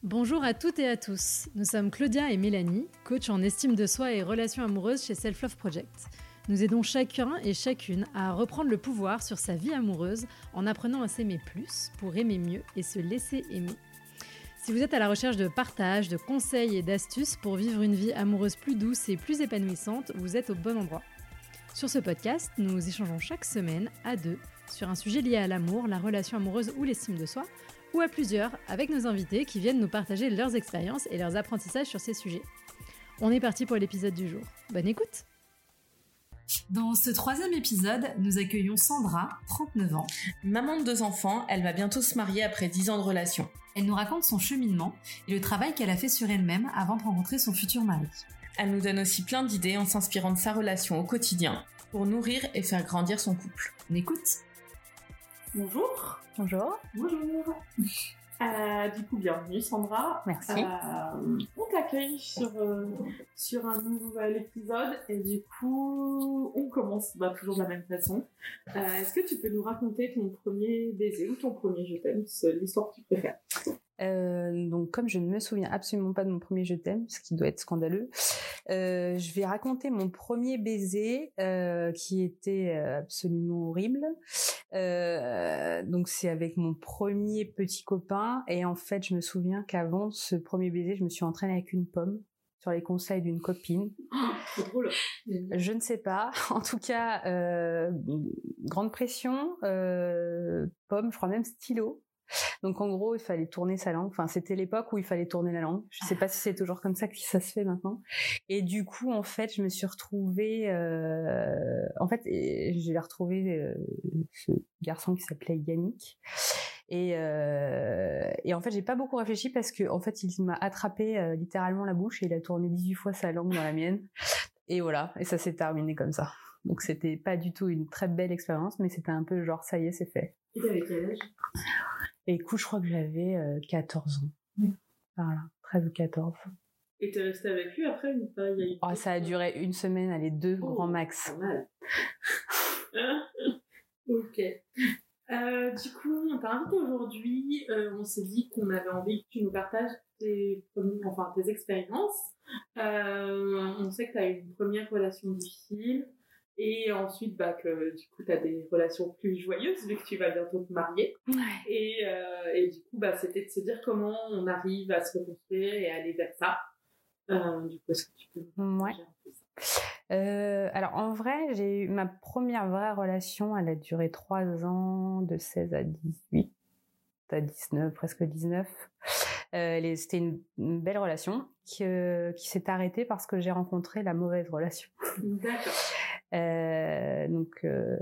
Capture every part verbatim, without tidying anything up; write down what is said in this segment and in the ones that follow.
Bonjour à toutes et à tous. Nous sommes Claudia et Mélanie, coach en estime de soi et relations amoureuses chez Self Love Project. Nous aidons chacun et chacune à reprendre le pouvoir sur sa vie amoureuse en apprenant à s'aimer plus pour aimer mieux et se laisser aimer. Si vous êtes à la recherche de partage, de conseils et d'astuces pour vivre une vie amoureuse plus douce et plus épanouissante, vous êtes au bon endroit. Sur ce podcast, nous échangeons chaque semaine à deux sur un sujet lié à l'amour, la relation amoureuse ou l'estime de soi, ou à plusieurs avec nos invités qui viennent nous partager leurs expériences et leurs apprentissages sur ces sujets. On est parti pour l'épisode du jour. Bonne écoute! Dans ce troisième épisode, nous accueillons Sandra, trente-neuf ans. Maman de deux enfants, elle va bientôt se marier après dix ans de relation. Elle nous raconte son cheminement et le travail qu'elle a fait sur elle-même avant de rencontrer son futur mari. Elle nous donne aussi plein d'idées en s'inspirant de sa relation au quotidien pour nourrir et faire grandir son couple. On écoute. Bonjour. Bonjour. Bonjour. Euh, du coup, bienvenue Sandra. Merci. Euh, on t'accueille sur, euh, sur un nouvel épisode et du coup, on commence bah, toujours de la même façon. Euh, est-ce que tu peux nous raconter ton premier baiser ou ton premier je t'aime, c'est l'histoire que tu préfères? Euh, donc, comme je ne me souviens absolument pas de mon premier je t'aime, ce qui doit être scandaleux, euh, je vais raconter mon premier baiser euh, qui était absolument horrible. Euh, donc, c'est avec mon premier petit copain et en fait, je me souviens qu'avant ce premier baiser, je me suis entraînée avec une pomme sur les conseils d'une copine. Oh, c'est drôle. Je ne sais pas. En tout cas, euh, grande pression, euh, pomme, je crois même stylo. Donc en gros, il fallait tourner sa langue. Enfin, c'était l'époque où il fallait tourner la langue. Je sais pas si c'est toujours comme ça que ça se fait maintenant. Et du coup, en fait, je me suis retrouvée. Euh... En fait, j'ai retrouvé euh, ce garçon qui s'appelait Yannick. Et, euh... et en fait, j'ai pas beaucoup réfléchi parce que en fait, il m'a attrapé euh, littéralement la bouche et il a tourné dix-huit fois sa langue dans la mienne. Et voilà. Et ça s'est terminé comme ça. Donc c'était pas du tout une très belle expérience, mais c'était un peu genre ça y est, c'est fait. Et t'avais quel âge? Et du coup, je crois que j'avais euh, quatorze ans. Mmh. Voilà, treize ou quatorze. Et t'es restée avec lui après ou pas? Il y a eu oh, ça a duré une semaine, allez, deux, oh, grand max. Pas mal. Ok. Euh, du coup, on t'a invité aujourd'hui. Euh, on s'est dit qu'on avait envie que tu nous partages tes, enfin, tes expériences. Euh, on sait que tu as eu une première relation difficile. Et ensuite, bah, que du coup, tu as des relations plus joyeuses vu que tu vas bientôt te marier. Ouais. Et, euh, et du coup, bah, c'était de se dire comment on arrive à se reconstruire et aller vers ça. Euh, du coup, est-ce que tu peux nous ouais. partager un peu ça? Euh, alors, en vrai, j'ai eu ma première vraie relation, elle a duré trois ans, de seize à dix-huit, à dix-neuf, presque dix-neuf. Euh, c'était une, une belle relation qui, euh, qui s'est arrêtée parce que j'ai rencontré la mauvaise relation. D'accord. Euh, donc euh,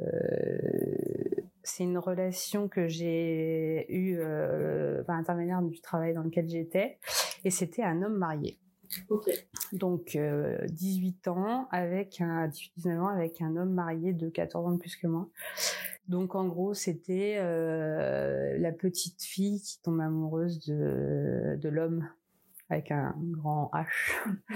c'est une relation que j'ai eue euh, par l'intermédiaire du travail dans lequel j'étais et c'était un homme marié. Okay. Donc euh, dix-huit ans avec un dix-huit dix-neuf ans avec un homme marié de quatorze ans de plus que moi. Donc en gros c'était euh, la petite fille qui tombe amoureuse de de l'homme avec un grand H.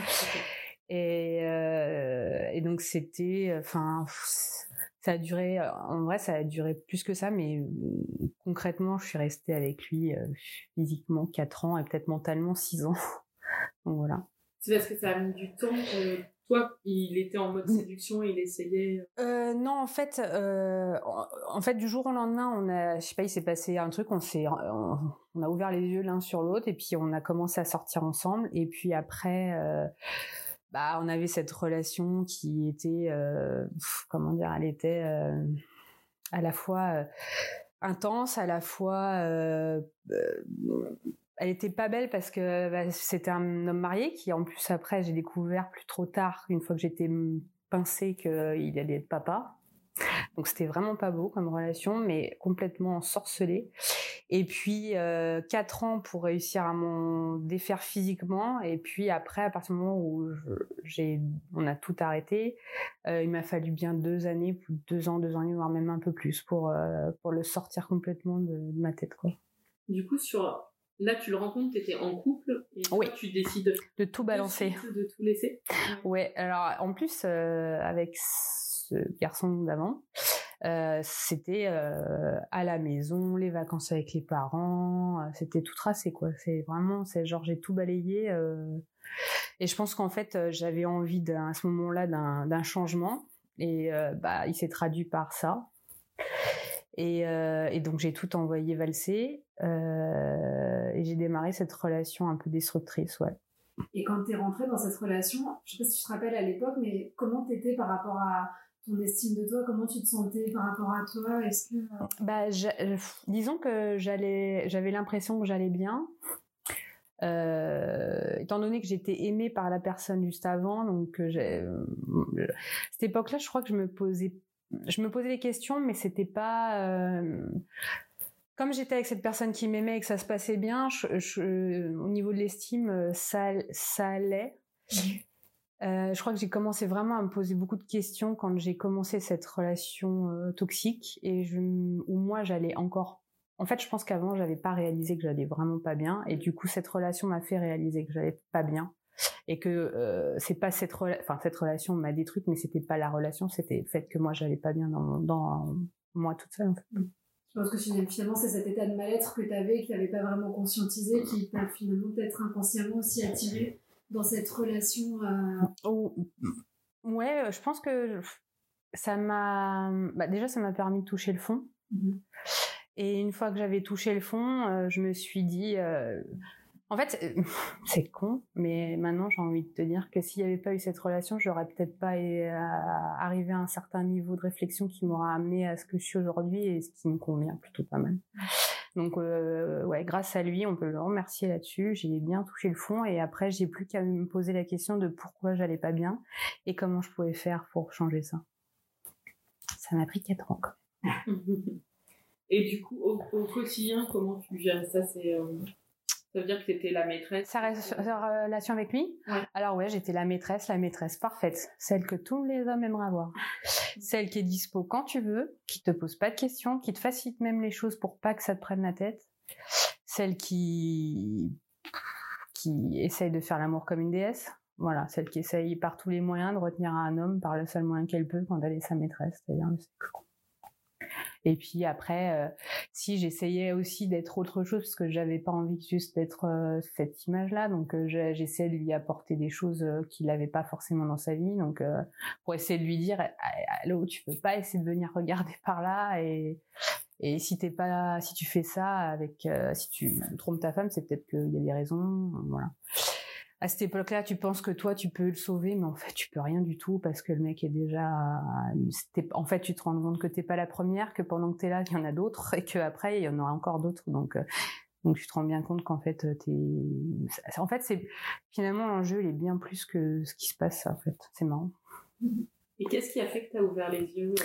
Et, euh, et donc c'était, enfin, ça a duré, en vrai ça a duré plus que ça, mais concrètement je suis restée avec lui euh, physiquement quatre ans et peut-être mentalement six ans. Donc voilà. C'est parce que ça a mis du temps. Euh, toi, il était en mode séduction et il essayait. Euh, non, en fait, euh, en, en fait, du jour au lendemain, on a, je sais pas, il s'est passé un truc, on s'est, on, on a ouvert les yeux l'un sur l'autre et puis on a commencé à sortir ensemble et puis après. Euh, Bah, on avait cette relation qui était, euh, pff, comment dire, elle était euh, à la fois euh, intense, à la fois, euh, euh, elle était pas belle parce que bah, c'était un homme marié qui, en plus, après, j'ai découvert plus trop tard, une fois que j'étais pincée, qu'il allait être papa. Donc c'était vraiment pas beau comme relation, mais complètement ensorcelée. Et puis euh, quatre ans pour réussir à m'en défaire physiquement. Et puis après, à partir du moment où je, j'ai, on a tout arrêté, euh, il m'a fallu bien deux années, deux ans, deux ans et demi, voire même un peu plus pour euh, pour le sortir complètement de, de ma tête, quoi. Du coup, sur là, tu le rencontres, t'étais en couple et oui. toi, tu décides de tout balancer, de, de tout laisser. Ouais. Alors en plus euh, avec ce garçon d'avant. Euh, c'était euh, à la maison, les vacances avec les parents, euh, c'était tout tracé quoi. C'est vraiment, c'est genre j'ai tout balayé. Euh, et je pense qu'en fait euh, j'avais envie d'un, à ce moment-là d'un, d'un changement et euh, bah il s'est traduit par ça. Et, euh, et donc j'ai tout envoyé valser euh, et j'ai démarré cette relation un peu destructrice, ouais. Et quand t'es rentrée dans cette relation, je sais pas si tu te rappelles à l'époque, mais comment t'étais par rapport à ton estime de toi, comment tu te sentais par rapport à toi, est-ce que... Bah, disons que j'allais, j'avais l'impression que j'allais bien, euh, étant donné que j'étais aimée par la personne juste avant, donc j'ai, euh, cette époque-là, je crois que je me posais, je me posais des questions, mais c'était pas... Euh, comme j'étais avec cette personne qui m'aimait et que ça se passait bien, je, je, au niveau de l'estime, ça, ça allait. Mmh. Euh, je crois que j'ai commencé vraiment à me poser beaucoup de questions quand j'ai commencé cette relation euh, toxique et je, où moi j'allais encore. En fait, je pense qu'avant j'avais pas réalisé que j'allais vraiment pas bien et du coup cette relation m'a fait réaliser que j'allais pas bien et que euh, c'est pas cette rela... enfin cette relation m'a détruite, mais c'était pas la relation, c'était le fait que moi j'allais pas bien dans, dans moi toute seule en fait. Mmh. Je pense que finalement, c'est cet état de mal-être que tu avais et que tu n'avais pas vraiment conscientisé qui t'a finalement peut-être inconsciemment aussi attiré dans cette relation. Euh... Oh, ouais, je pense que ça m'a... Bah, déjà, ça m'a permis de toucher le fond. Mm-hmm. Et une fois que j'avais touché le fond, euh, je me suis dit... Euh... En fait, c'est con, mais maintenant j'ai envie de te dire que s'il n'y avait pas eu cette relation, j'aurais peut-être pas arrivé à un certain niveau de réflexion qui m'aura amené à ce que je suis aujourd'hui et ce qui me convient plutôt pas mal. Donc euh, ouais, grâce à lui, on peut le remercier là-dessus. J'ai bien touché le fond et après j'ai plus qu'à me poser la question de pourquoi j'allais pas bien et comment je pouvais faire pour changer ça. Ça m'a pris quatre ans quand même. Et du coup, au, au quotidien, comment tu gères ça? C'est euh... Ça veut dire que tu étais la maîtresse? Sa, ré- sa relation avec lui? Ouais. Alors ouais, j'étais la maîtresse, la maîtresse parfaite. Celle que tous les hommes aimeraient avoir. Celle qui est dispo quand tu veux, qui te pose pas de questions, qui te facilite même les choses pour pas que ça te prenne la tête. Celle qui, qui essaye de faire l'amour comme une déesse. Voilà, celle qui essaye par tous les moyens de retenir un homme par le seul moyen qu'elle peut quand elle est sa maîtresse, c'est-à-dire le sexe. Et puis après, euh, si j'essayais aussi d'être autre chose, parce que j'avais pas envie juste d'être euh, cette image-là, donc euh, j'essayais de lui apporter des choses euh, qu'il n'avait pas forcément dans sa vie, donc euh, pour essayer de lui dire, allô, tu peux pas essayer de venir regarder par là, et et si t'es pas, si tu fais ça avec, euh, si tu trompes ta femme, c'est peut-être qu'il y a des raisons, voilà. À cette époque-là, tu penses que toi, tu peux le sauver, mais en fait, tu peux rien du tout parce que le mec est déjà... En fait, tu te rends compte que t'es pas la première, que pendant que t'es là, il y en a d'autres, et qu'après, il y en aura encore d'autres. Donc, euh, donc, tu te rends bien compte qu'en fait, t'es... En fait, c'est... Finalement, l'enjeu, il est bien plus que ce qui se passe, en fait. C'est marrant. Et qu'est-ce qui a fait que t'as ouvert les yeux?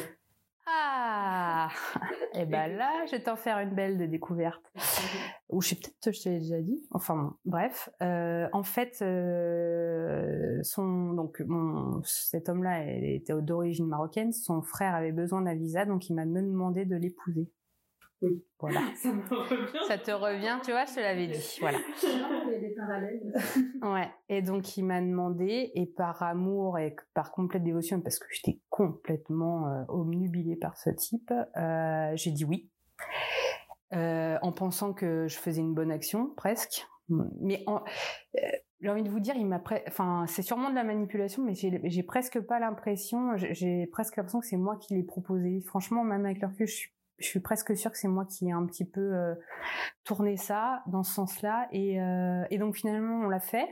Ah, et ben là, je vais t'en faire une belle de découverte. Ou je sais peut-être, je t'ai déjà dit. Enfin bon, bref. Euh, en fait, euh, son donc mon cet homme-là était d'origine marocaine. Son frère avait besoin d'un visa, donc il m'a demandé de l'épouser. Oui. Voilà. Ça me revient. Ça te revient, tu vois, je te l'avais dit. Voilà. Il y a des parallèles. Ouais. Et donc, il m'a demandé, et par amour et par complète dévotion, parce que j'étais complètement euh, obnubilée par ce type, euh, j'ai dit oui. Euh, en pensant que je faisais une bonne action, presque. Mais en, euh, j'ai envie de vous dire, il m'a pre... enfin, c'est sûrement de la manipulation, mais j'ai, j'ai presque pas l'impression, j'ai, j'ai presque l'impression que c'est moi qui l'ai proposé. Franchement, même avec le recul, je suis Je suis presque sûre que c'est moi qui ai un petit peu euh, tourné ça dans ce sens-là. Et, euh, et donc finalement, on l'a fait.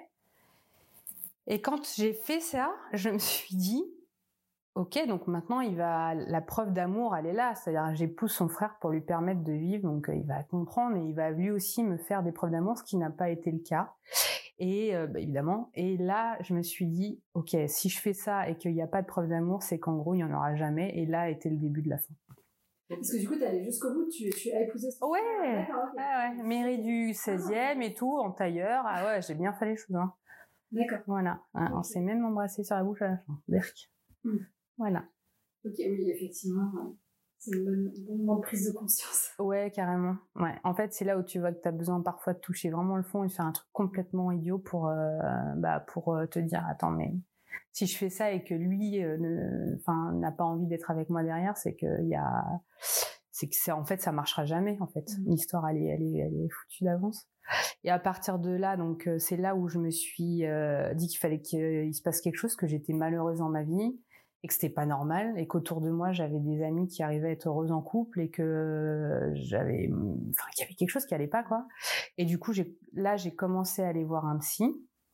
Et quand j'ai fait ça, je me suis dit, ok, donc maintenant, il va, la preuve d'amour, elle est là. C'est-à-dire, j'épouse son frère pour lui permettre de vivre. Donc, euh, il va comprendre et il va lui aussi me faire des preuves d'amour, ce qui n'a pas été le cas. Et euh, bah, évidemment. Et là, je me suis dit, ok, si je fais ça et qu'il n'y a pas de preuve d'amour, c'est qu'en gros, il n'y en aura jamais. Et là était le début de la fin. Parce que du coup, tu allais jusqu'au bout, tu, tu as épousé son Ouais, frère. D'accord, okay. Ah ouais, mairie du seizième et tout, en tailleur. Ah ouais, j'ai bien fait les choses. Hein. D'accord. Voilà, hein, okay. On s'est même embrassé sur la bouche à la fin. Berk. Mm. Voilà. Ok, oui, effectivement, c'est une bonne, bonne, bonne prise de conscience. Ouais, carrément. Ouais. En fait, c'est là où tu vois que tu as besoin parfois de toucher vraiment le fond et de faire un truc complètement idiot pour, euh, bah, pour euh, te dire, attends, mais si je fais ça et que lui, euh, ne, enfin, n'a pas envie d'être avec moi derrière, c'est que il y a, c'est que c'est en fait ça marchera jamais en fait. Mmh. L'histoire elle est, elle est, elle est foutue d'avance. Et à partir de là, donc euh, c'est là où je me suis euh, dit qu'il fallait qu'il se passe quelque chose, que j'étais malheureuse dans ma vie et que c'était pas normal et qu'autour de moi j'avais des amis qui arrivaient à être heureuses en couple et que j'avais, enfin qu'il y avait quelque chose qui allait pas quoi. Et du coup j'ai, là j'ai commencé à aller voir un psy.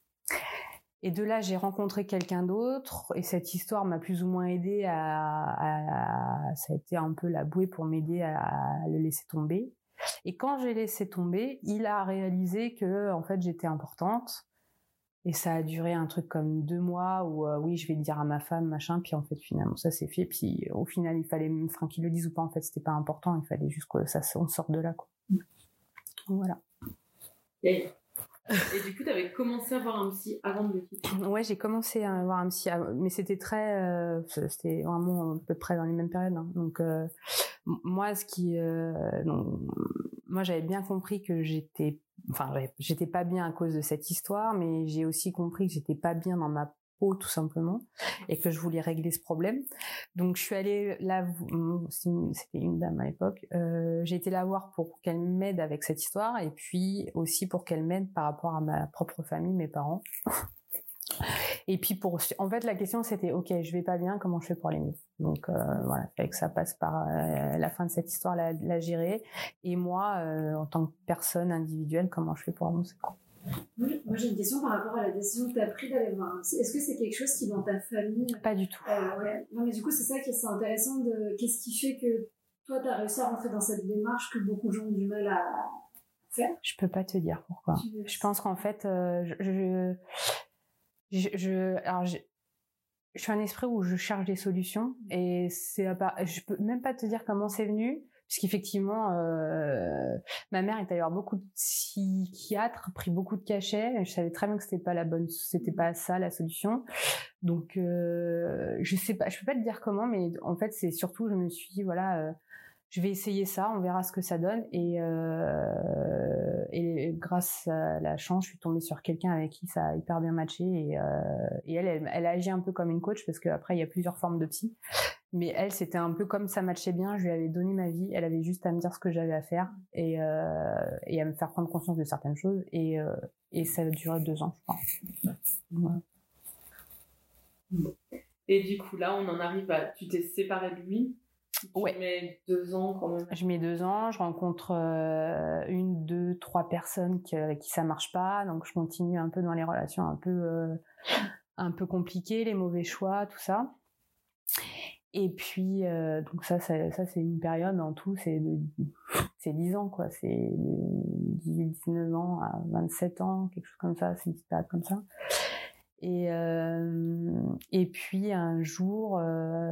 Et de là, j'ai rencontré quelqu'un d'autre et cette histoire m'a plus ou moins aidée à, à, à ça a été un peu la bouée pour m'aider à, à le laisser tomber. Et quand j'ai laissé tomber, il a réalisé que en fait j'étais importante et ça a duré un truc comme deux mois où euh, oui je vais le dire à ma femme machin, puis en fait finalement ça s'est fait, puis au final il fallait, enfin qu'il le dise ou pas en fait c'était pas important, il fallait juste que ça on sorte de là quoi. Voilà. Yeah. Et du coup, tu avais commencé à voir un psy avant de le quitter? Ouais, j'ai commencé à voir un psy, mais c'était très, euh, c'était vraiment à peu près dans les mêmes périodes. Hein. Donc, euh, moi, ce qui, euh, non, moi, j'avais bien compris que j'étais, enfin, j'étais pas bien à cause de cette histoire, mais j'ai aussi compris que j'étais pas bien dans ma peau, tout simplement, et que je voulais régler ce problème. Donc, je suis allée là, c'était une dame à l'époque, euh, j'ai été la voir pour qu'elle m'aide avec cette histoire, et puis aussi pour qu'elle m'aide par rapport à ma propre famille, mes parents. Et puis pour, en fait, la question c'était, ok, je vais pas bien, comment je fais pour aller mieux? Donc euh, voilà, il fallait que ça passe par euh, la fin de cette histoire, la, la gérer, et moi, euh, en tant que personne individuelle, comment je fais pour avancer? Oui, moi j'ai une question par rapport à la décision que tu as prise d'aller voir un psy. Est-ce que c'est quelque chose qui dans ta famille... Pas du tout. Euh, ouais. Non mais du coup c'est ça qui est intéressant, de... qu'est-ce qui fait que toi tu as réussi à rentrer dans cette démarche que beaucoup de gens ont du mal à faire? Je peux pas te dire pourquoi. Je pense qu'en fait, euh, je, je, je, je, alors je, je suis un esprit où je cherche des solutions et c'est à part, je peux même pas te dire comment c'est venu. Puisqu'effectivement, euh, ma mère est allée voir beaucoup de psychiatres, pris beaucoup de cachets. Je savais très bien que c'était pas la bonne, c'était pas ça la solution. Donc, euh, je sais pas, je peux pas te dire comment, mais en fait, c'est surtout, je me suis dit, voilà, euh, je vais essayer ça, on verra ce que ça donne. Et, euh, et grâce à la chance, je suis tombée sur quelqu'un avec qui ça a hyper bien matché. Et, euh, et elle, elle, elle a agi un peu comme une coach, parce qu'après, il y a plusieurs formes de psy. Mais elle, c'était un peu comme ça matchait bien. Je lui avais donné ma vie. Elle avait juste à me dire ce que j'avais à faire et, euh, et à me faire prendre conscience de certaines choses. Et, euh, et ça a duré deux ans, je pense. Voilà. Et du coup, là, on en arrive à... Tu t'es séparée de lui. Tu ouais. mets deux ans quand même. Je mets deux ans. Je rencontre euh, une, deux, trois personnes qui, avec qui ça marche pas. Donc, je continue un peu dans les relations un peu, euh, un peu compliquées, les mauvais choix, tout ça. Et puis, euh, donc ça, ça, ça, c'est une période en tout, c'est de, c'est dix ans, quoi. C'est de dix-huit, dix-neuf ans à vingt-sept ans, quelque chose comme ça, c'est une petite période comme ça. Et, euh, et puis, un jour, euh,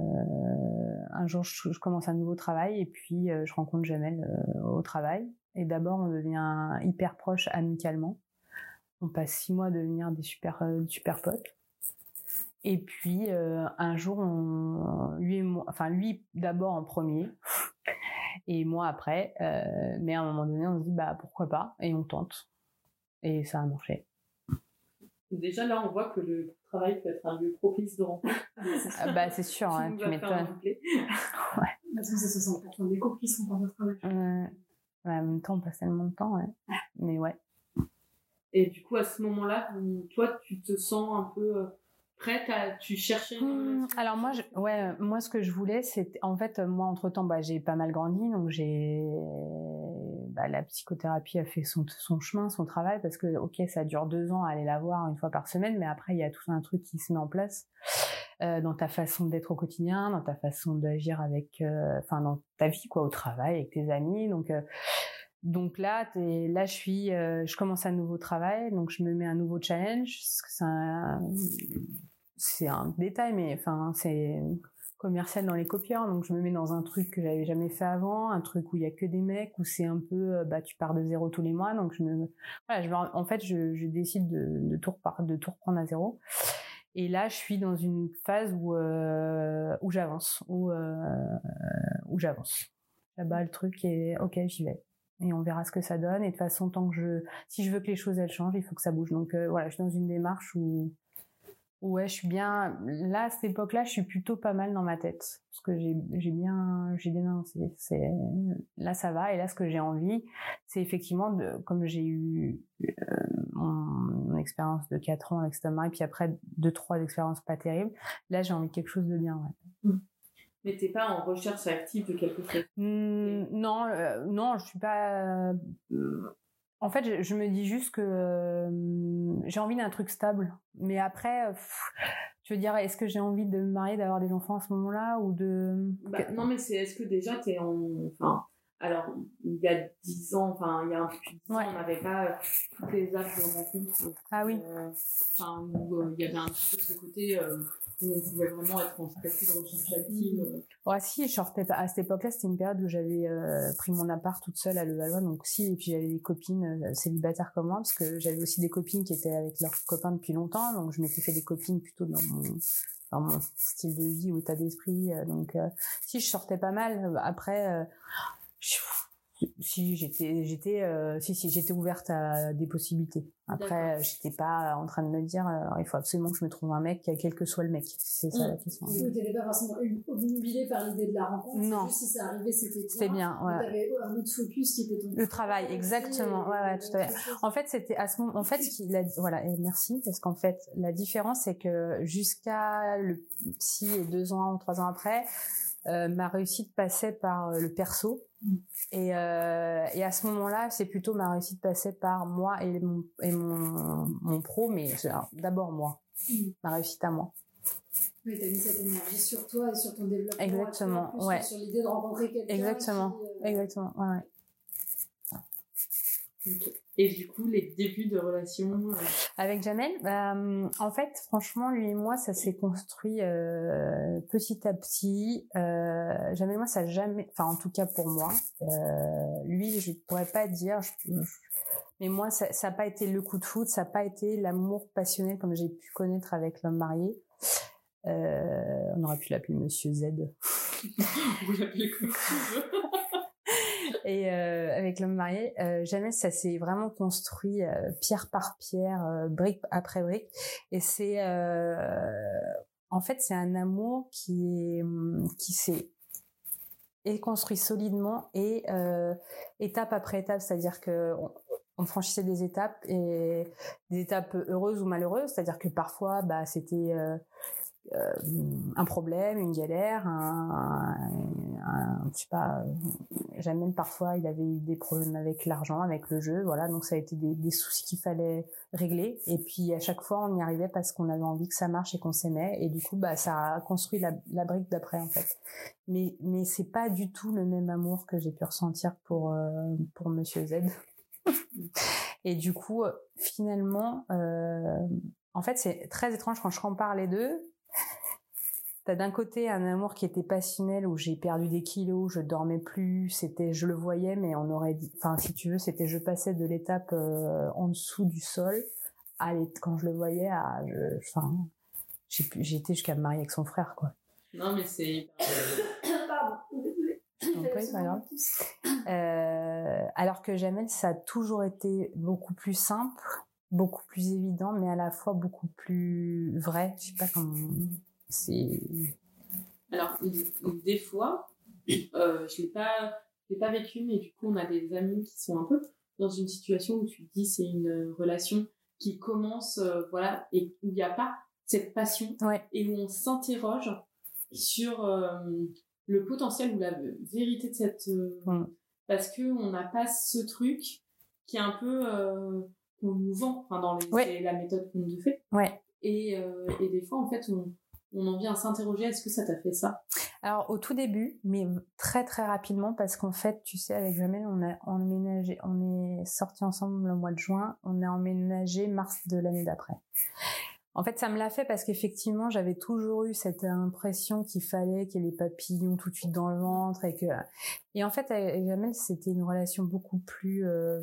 un jour, je, je commence un nouveau travail et puis, euh, je rencontre Jamel euh, au travail. Et d'abord, on devient hyper proches amicalement. On passe six mois à devenir des super, euh, super potes. Et puis euh, un jour, on, lui, et moi, enfin lui d'abord en premier, et moi après. Euh, mais à un moment donné, on se dit bah pourquoi pas, et on tente. Et ça a marché. Déjà là, on voit que le travail peut être un lieu propice de rencontre. Ah, bah c'est sûr, hein, tu m'étonnes. Ouais. De toute façon, c'est soixante pour cent des couples qui sont dans notre travail. Euh, ouais, en même temps, on passe tellement de temps, ouais. Mais ouais. Et du coup, à ce moment-là, toi, tu te sens un peu euh, prête à... Tu cherchais une... Mmh, alors moi, je, ouais, moi, ce que je voulais, c'était... En fait, moi, entre-temps, bah, j'ai pas mal grandi, donc j'ai... Bah, la psychothérapie a fait son, son chemin, son travail, parce que, ok, ça dure deux ans à aller la voir une fois par semaine, mais après, il y a tout un truc qui se met en place euh, dans ta façon d'être au quotidien, dans ta façon d'agir avec... Enfin, euh, dans ta vie, quoi, au travail, avec tes amis, donc... Euh, Donc là, t'es, là, je suis, euh, je commence un nouveau travail, donc je me mets un nouveau challenge. C'est un, c'est un détail, mais enfin, c'est commercial dans les copieurs, donc je me mets dans un truc que j'avais jamais fait avant, un truc où il y a que des mecs, où c'est un peu, bah, tu pars de zéro tous les mois, donc je me, voilà, je me, en fait, je, je décide de, de tout repart, de tout reprendre à zéro. Et là, je suis dans une phase où, euh, où j'avance, où, euh, où j'avance. Là-bas, le truc est, ok, j'y vais. Et on verra ce que ça donne. Et de toute façon, tant que je, si je veux que les choses elles changent, il faut que ça bouge. Donc euh, voilà, je suis dans une démarche où Ouais, je suis bien. Là, à cette époque-là, je suis plutôt pas mal dans ma tête, parce que j'ai, j'ai bien, j'ai bien. C'est, c'est, là, ça va. Et là, ce que j'ai envie, c'est effectivement de, comme j'ai eu euh, mon, mon expérience de quatre ans avec Stomar, et puis après deux, trois expériences pas terribles. Là, j'ai envie de quelque chose de bien. Ouais. Mmh. Mais t'es pas en recherche active de quelque chose. Mmh, non, euh, non, je suis pas. Euh, En fait, je, je me dis juste que euh, j'ai envie d'un truc stable. Mais après, pff, je veux dire, est-ce que j'ai envie de me marier, d'avoir des enfants à ce moment-là ou de... Bah, non, mais c'est, est-ce que déjà t'es en... Enfin, alors, il y a dix ans, enfin, il y a un peu plus de dix Ouais. ans, on n'avait pas euh, toutes les âges de rencontre. Ah oui. Euh, Enfin, où euh, il y avait un petit peu ce côté euh, où on pouvait vraiment être en statut de recherche active. Euh. Ouais, si, je sortais pas. À cette époque-là, c'était une période où j'avais euh, pris mon appart toute seule à Levallois, donc si, et puis j'avais des copines euh, célibataires comme moi, parce que j'avais aussi des copines qui étaient avec leurs copains depuis longtemps, donc je m'étais fait des copines plutôt dans mon, dans mon style de vie ou état d'esprit, euh, donc euh, si, je sortais pas mal. Après, euh, je, si j'étais, j'étais, euh, si, si, j'étais ouverte à des possibilités. Après, D'accord. J'étais pas en train de me dire, euh, il faut absolument que je me trouve un mec, quel que soit le mec. C'est ça mmh. la question. Oui, t'étais pas forcément obnubilée par l'idée de la rencontre. Non. Juste si ça arrivait, c'était bien. C'était bien, ouais. T'avais un autre focus qui était ton le travail, exactement. Ouais, ouais, tout à fait. En fait, c'était à ce moment, en fait, ce qui, la, voilà, et merci, parce qu'en fait, la différence, c'est que jusqu'à le psy et deux ans, trois ans après, euh, ma réussite passait par euh, le perso. Mmh. Et, euh, et à ce moment-là, c'est plutôt ma réussite passait par moi et mon, et mon, mon pro, mais alors, d'abord moi, mmh. ma réussite à moi. Oui, t'as mis cette énergie sur toi et sur ton développement. Exactement, toi, ouais. Sur l'idée de rencontrer quelqu'un. Exactement, qui, euh... exactement, ouais, ouais. Okay. Et du coup, les débuts de relation euh... avec Jamel, euh, en fait, franchement, lui et moi, ça s'est construit euh, petit à petit. Euh, Jamel et moi, ça jamais, enfin, en tout cas pour moi, euh, lui, je pourrais pas dire, je, je, mais moi, ça n'a pas été le coup de foudre, ça n'a pas été l'amour passionnel comme j'ai pu connaître avec l'homme marié. Euh, on aurait pu l'appeler Monsieur Z. Vous l'appelez comme tu veux. Et euh, avec l'homme marié, euh, jamais ça s'est vraiment construit euh, pierre par pierre, euh, brique après brique. Et c'est, euh, en fait, c'est un amour qui est, qui s'est est construit solidement et euh, étape après étape, c'est-à-dire que on, on franchissait des étapes et des étapes heureuses ou malheureuses, c'est-à-dire que parfois, bah, c'était euh, Euh, un problème, une galère, un, un, un je sais pas, jamais parfois il avait eu des problèmes avec l'argent, avec le jeu, voilà, donc ça a été des, des soucis qu'il fallait régler, et puis à chaque fois on y arrivait parce qu'on avait envie que ça marche et qu'on s'aimait, et du coup bah ça a construit la, la brique d'après en fait. Mais mais c'est pas du tout le même amour que j'ai pu ressentir pour euh, pour Monsieur Z. Et du coup finalement, euh, en fait c'est très étrange quand je compare les deux. T'as d'un côté un amour qui était passionnel où j'ai perdu des kilos, je dormais plus, c'était, je le voyais, mais on aurait dit, enfin si tu veux, c'était, je passais de l'étape euh, en dessous du sol à quand je le voyais, à, enfin, j'ai, j'ai été jusqu'à me marier avec son frère, quoi. Non mais c'est. Pardon. Donc, oui, c'est pas grave. Euh, alors que Jamel, ça a toujours été beaucoup plus simple, beaucoup plus évident, mais à la fois beaucoup plus vrai. Je sais pas comment. C'est... Alors, des fois, euh, je l'ai pas, je l'ai pas vécu, mais du coup, on a des amis qui sont un peu dans une situation où tu te dis c'est une relation qui commence, euh, voilà, et où il n'y a pas cette passion, ouais. Et où on s'interroge sur euh, le potentiel ou la vérité de cette, euh, mm. parce que on n'a pas ce truc qui est un peu euh, qu'on nous vend, enfin dans les, ouais. C'est la méthode qu'on nous fait, ouais. Et euh, et des fois en fait on on en vient à s'interroger, est-ce que ça t'a fait ça? Alors au tout début, mais très très rapidement, parce qu'en fait, tu sais, avec Jamel, on a emménagé, on est sortis ensemble le mois de juin, on a emménagé mars de l'année d'après. En fait, ça me l'a fait parce qu'effectivement, j'avais toujours eu cette impression qu'il fallait qu'il y ait les papillons tout de suite dans le ventre et que, et en fait, avec Jamel, c'était une relation beaucoup plus euh,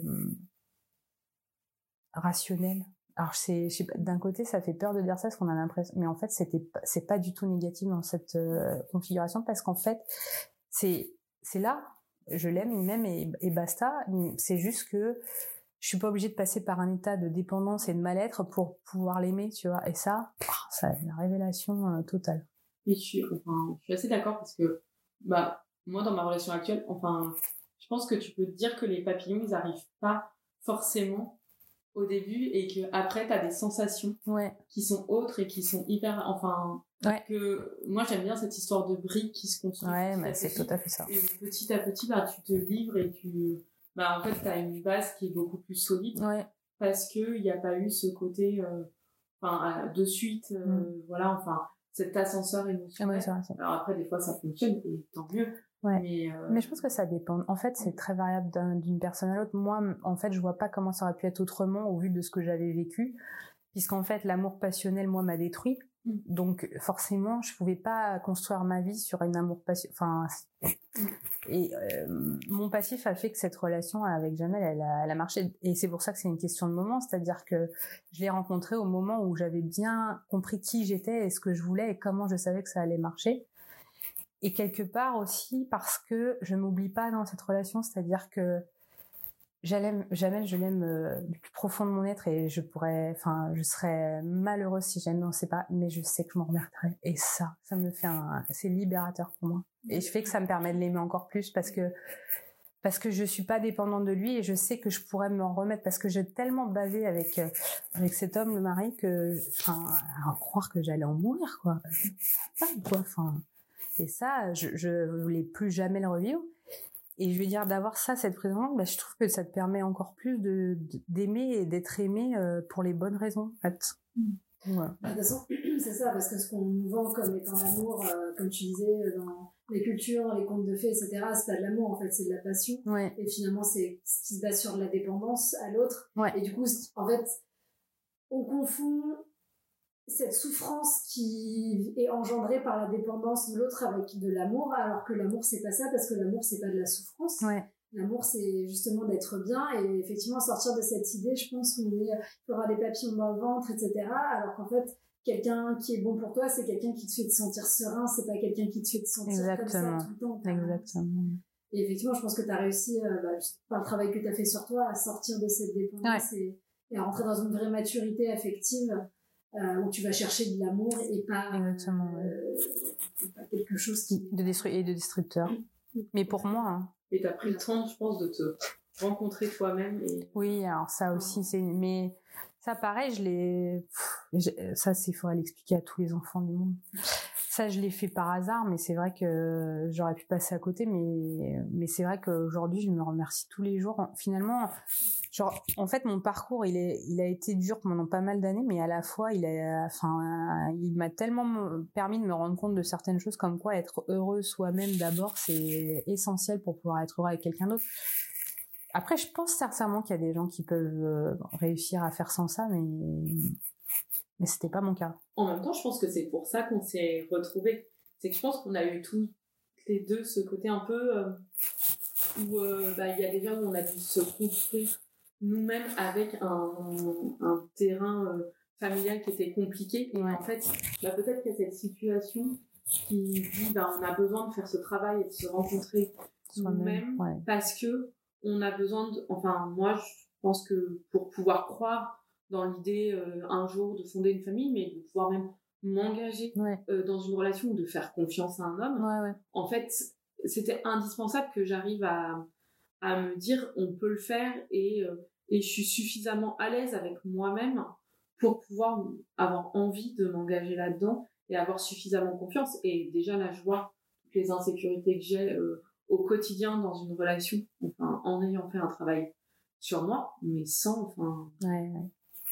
rationnelle. Alors c'est, je sais pas, d'un côté ça fait peur de dire ça parce qu'on a l'impression, mais en fait c'était c'est pas du tout négatif dans cette euh, configuration parce qu'en fait c'est c'est là, je l'aime, il m'aime et, et basta. C'est juste que je suis pas obligée de passer par un état de dépendance et de mal-être pour pouvoir l'aimer, tu vois. Et ça, ça a une révélation euh, totale. Mais je suis, enfin, je suis assez d'accord parce que, bah, moi, dans ma relation actuelle, enfin, je pense que tu peux te dire que les papillons, ils arrivent pas forcément au début et que après t'as des sensations ouais. qui sont autres et qui sont hyper, enfin, ouais. que moi j'aime bien cette histoire de briques qui se construit. Ouais, bah, c'est tout à fait ça. Et petit à petit, bah, tu te livres et tu, bah, en fait, t'as une base qui est beaucoup plus solide. Ouais. Parce que il n'y a pas eu ce côté, euh, enfin, de suite, euh, mm. voilà, enfin, cet ascenseur émotionnel. Ah ouais, ça, ça. Alors après, des fois, ça fonctionne et tant mieux. Ouais. Mais, euh... mais je pense que ça dépend. En fait, c'est très variable d'un, d'une personne à l'autre. Moi, en fait, je vois pas comment ça aurait pu être autrement au vu de ce que j'avais vécu, puisqu'en fait, l'amour passionnel, moi, m'a détruit. Mm. Donc, forcément, je pouvais pas construire ma vie sur un amour passionnel. Enfin, mm. et euh, mon passif a fait que cette relation avec Jamel, elle a, elle a marché. Et c'est pour ça que c'est une question de moment, c'est-à-dire que je l'ai rencontré au moment où j'avais bien compris qui j'étais et ce que je voulais et comment je savais que ça allait marcher. Et quelque part aussi parce que je m'oublie pas dans cette relation, c'est-à-dire que j'aime, Jamel, je l'aime euh, du plus profond de mon être et je pourrais, enfin, je serais malheureuse si jamais on sait pas, mais je sais que je m'en remettrai. Et ça, ça me fait un, c'est libérateur pour moi. Et je fais que ça me permet de l'aimer encore plus parce que parce que je suis pas dépendante de lui et je sais que je pourrais m'en remettre parce que j'ai tellement bavé avec euh, avec cet homme, le mari, que, enfin, à croire que j'allais en mourir, quoi. Pas quoi, enfin. Et ça, je, je voulais plus jamais le revivre. Et je veux dire, d'avoir ça, cette présence, bah, je trouve que ça te permet encore plus de, de d'aimer et d'être aimé euh, pour les bonnes raisons, en fait. Mmh. Ouais. De toute façon, c'est ça, parce que ce qu'on nous vend comme étant l'amour, euh, comme tu disais, dans les cultures, les contes de fées, et cetera, c'est pas de l'amour, en fait, c'est de la passion. Ouais. Et finalement, c'est ce qui se base sur de la dépendance à l'autre. Ouais. Et du coup, en fait, on confond cette souffrance qui est engendrée par la dépendance de l'autre avec de l'amour, alors que l'amour c'est pas ça, parce que l'amour c'est pas de la souffrance. Ouais. L'amour c'est justement d'être bien et effectivement sortir de cette idée, je pense, où on est, il y aura des papillons dans le ventre, et cetera. Alors qu'en fait, quelqu'un qui est bon pour toi, c'est quelqu'un qui te fait te sentir serein, c'est pas quelqu'un qui te fait te sentir Exactement. comme ça tout le temps. Exactement. Et effectivement, je pense que tu as réussi, euh, bah, par le travail que tu as fait sur toi, à sortir de cette dépendance ouais. et, et à rentrer dans une vraie maturité affective. Euh, où tu vas chercher de l'amour et pas, Exactement, euh, ouais. pas quelque chose qui... de destru- et de destructeur. Mais pour moi... Hein. Et t'as pris le temps, je pense, de te rencontrer toi-même. Et... Oui, alors ça aussi, c'est... Mais ça, pareil, je l'ai... Pff, ça, c'est... Il faudrait l'expliquer à tous les enfants du monde. Ça, je l'ai fait par hasard, mais c'est vrai que j'aurais pu passer à côté, mais, mais c'est vrai qu'aujourd'hui, je me remercie tous les jours. Finalement, genre, en fait, mon parcours, il est, il a été dur pendant pas mal d'années, mais à la fois, il a, enfin, il m'a tellement permis de me rendre compte de certaines choses, comme quoi être heureux soi-même d'abord, c'est essentiel pour pouvoir être heureux avec quelqu'un d'autre. Après, je pense sincèrement qu'il y a des gens qui peuvent réussir à faire sans ça, mais... Mais c'était pas mon cas. En même temps, je pense que c'est pour ça qu'on s'est retrouvés. C'est que je pense qu'on a eu tous les deux ce côté un peu euh, où euh, bah, il y a des gens où on a dû se construire nous-mêmes avec un, un terrain euh, familial qui était compliqué. Et ouais. en fait, bah, peut-être qu'il y a cette situation qui dit bah, on a besoin de faire ce travail et de se rencontrer nous-mêmes ouais. parce que on a besoin de... Enfin, moi, je pense que pour pouvoir croire dans l'idée euh, un jour de fonder une famille, mais de pouvoir même m'engager ouais. euh, dans une relation ou de faire confiance à un homme. Ouais, ouais. En fait, c'était indispensable que j'arrive à, à me dire on peut le faire et, euh, et je suis suffisamment à l'aise avec moi-même pour pouvoir avoir envie de m'engager là-dedans et avoir suffisamment confiance. Et déjà, là, je vois toutes les insécurités que j'ai euh, au quotidien dans une relation, enfin, en ayant fait un travail sur moi, mais sans... Enfin, ouais, ouais.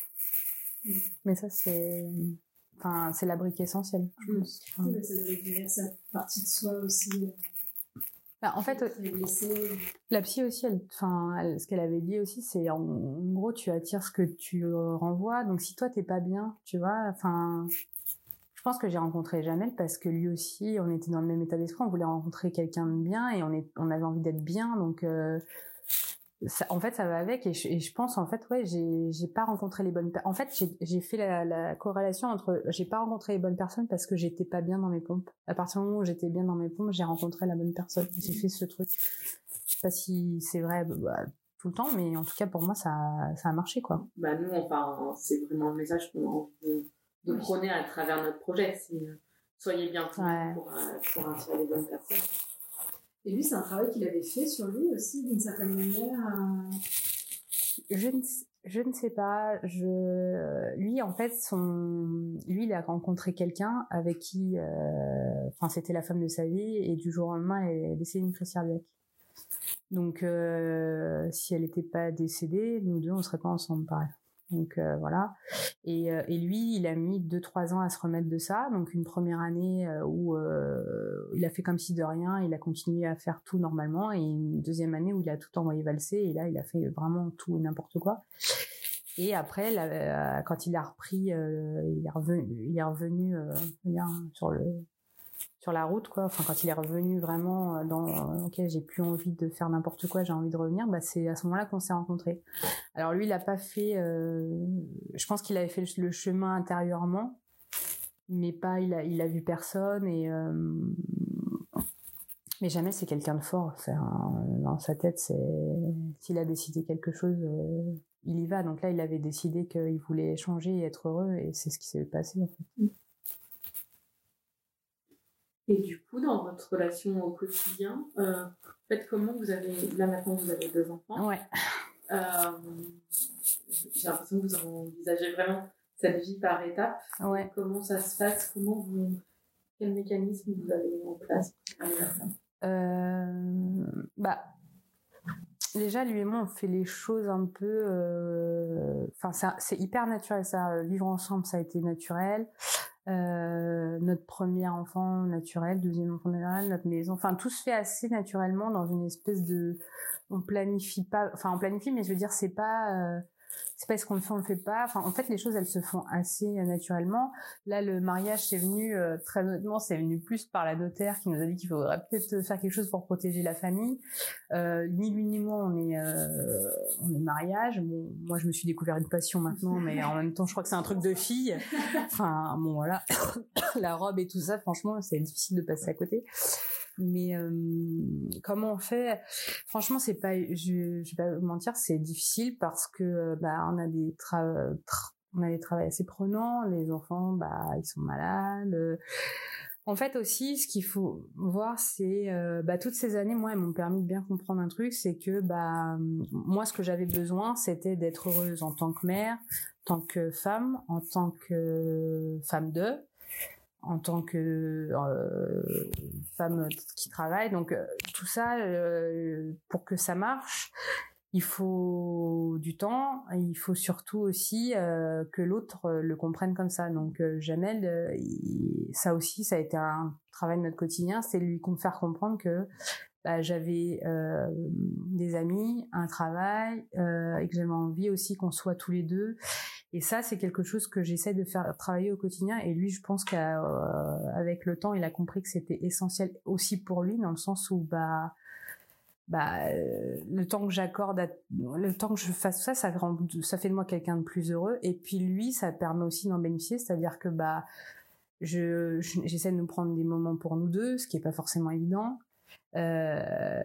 Mais ça, c'est... Enfin, c'est la brique essentielle, je pense. Oui, mais ça doit guérir sa partie de soi aussi. Bah, en fait, la psy aussi, elle, enfin, elle, ce qu'elle avait dit aussi, c'est en, en gros, tu attires ce que tu renvoies. Donc, si toi, t'es pas bien, tu vois, enfin... Je pense que j'ai rencontré Jamel parce que lui aussi, on était dans le même état d'esprit, on voulait rencontrer quelqu'un de bien et on, est, on avait envie d'être bien, donc... Euh, Ça, en fait, ça va avec et je, et je pense en fait, ouais, j'ai, j'ai pas rencontré les bonnes personnes. En fait, j'ai, j'ai fait la, la corrélation entre j'ai pas rencontré les bonnes personnes parce que j'étais pas bien dans mes pompes. À partir du moment où j'étais bien dans mes pompes, j'ai rencontré la bonne personne. J'ai fait ce truc. Je sais pas si c'est vrai. Bah, tout le temps, mais en tout cas, pour moi, ça, ça a marché, quoi. Bah, nous, enfin, c'est vraiment le message qu'on a envie de, de prôner à travers notre projet. C'est, euh, soyez bien Ouais. pour, euh, pour attirer les bonnes personnes. Et lui, c'est un travail qu'il avait fait sur lui aussi, d'une certaine manière. Euh... Je ne, je ne sais pas. Je, lui, en fait, son, lui, il a rencontré quelqu'un avec qui, euh, enfin, c'était la femme de sa vie, et du jour au lendemain, elle est décédée d'une crise cardiaque. Donc, euh, si elle n'était pas décédée, nous deux, on serait pas ensemble, pareil. Donc euh, voilà. Et, euh, et lui, il a mis deux trois ans à se remettre de ça. Donc une première année euh, où euh, il a fait comme si de rien, il a continué à faire tout normalement, et une deuxième année où il a tout envoyé valser, et là il a fait vraiment tout et n'importe quoi. Et après, là, quand il a repris, euh, il est revenu, il est revenu euh, bien sur le sur la route, quoi. Enfin, quand il est revenu vraiment dans, ok, j'ai plus envie de faire n'importe quoi, j'ai envie de revenir, bah, c'est à ce moment-là qu'on s'est rencontrés. Alors lui, il a pas fait, euh, je pense qu'il avait fait le chemin intérieurement, mais pas, il a, il a vu personne, et, euh, mais jamais c'est quelqu'un de fort. C'est un, dans sa tête, c'est, s'il a décidé quelque chose, euh, il y va. Donc là, il avait décidé qu'il voulait changer et être heureux, et c'est ce qui s'est passé, en fait. Et du coup, dans votre relation au quotidien, euh, en fait, comment vous avez... Là, maintenant, vous avez deux enfants. Ouais. Euh, j'ai l'impression que vous envisagez vraiment cette vie par étapes. Ouais. Comment ça se passe? Comment vous... Quel mécanisme vous avez mis en place pour arriver à ça? euh, Bah... Déjà, lui et moi, on fait les choses un peu... Enfin, euh... c'est hyper naturel, ça. Vivre ensemble, ça a été naturel. Euh, notre premier enfant naturel, deuxième enfant naturel, notre maison, enfin tout se fait assez naturellement dans une espèce de, on planifie pas, enfin on planifie, mais je veux dire c'est pas, euh, c'est pas ce qu'on le fait, on le fait pas. Enfin en fait les choses elles se font assez naturellement. Là le mariage c'est venu euh, très honnêtement, c'est venu plus par la notaire qui nous a dit qu'il faudrait peut-être faire quelque chose pour protéger la famille. Euh, ni lui ni moi on est, euh, on est mariage. Bon, moi je me suis découvert une passion maintenant, mais en même temps je crois que c'est un truc de fille. Enfin bon voilà, la robe et tout ça, franchement c'est difficile de passer à côté. Mais euh, comment on fait? Franchement, c'est pas, je, je vais pas vous mentir, c'est difficile parce que bah on a des tra- tra- on a des travails assez prenants, les enfants bah ils sont malades. En fait aussi, ce qu'il faut voir, c'est euh, bah toutes ces années, moi, elles m'ont permis de bien comprendre un truc, c'est que bah moi, ce que j'avais besoin, c'était d'être heureuse en tant que mère, en tant que femme, en tant que femme de. en tant que euh, femme qui travaille. Donc euh, tout ça, euh, pour que ça marche, il faut du temps. Et il faut surtout aussi euh, que l'autre euh, le comprenne comme ça. Donc euh, Jamel, euh, il, ça aussi, ça a été un travail de notre quotidien, c'est lui faire comprendre que bah, j'avais euh, des amis, un travail, euh, et que j'avais envie aussi qu'on soit tous les deux. Et ça, c'est quelque chose que j'essaie de faire travailler au quotidien. Et lui, je pense qu'avec le temps, il a compris que c'était essentiel aussi pour lui, dans le sens où bah, bah, euh, le temps que j'accorde, à, le temps que je fasse ça, ça, rend, ça fait de moi quelqu'un de plus heureux. Et puis lui, ça permet aussi d'en bénéficier, c'est-à-dire que bah, je, je, j'essaie de nous prendre des moments pour nous deux, ce qui est pas forcément évident. Euh,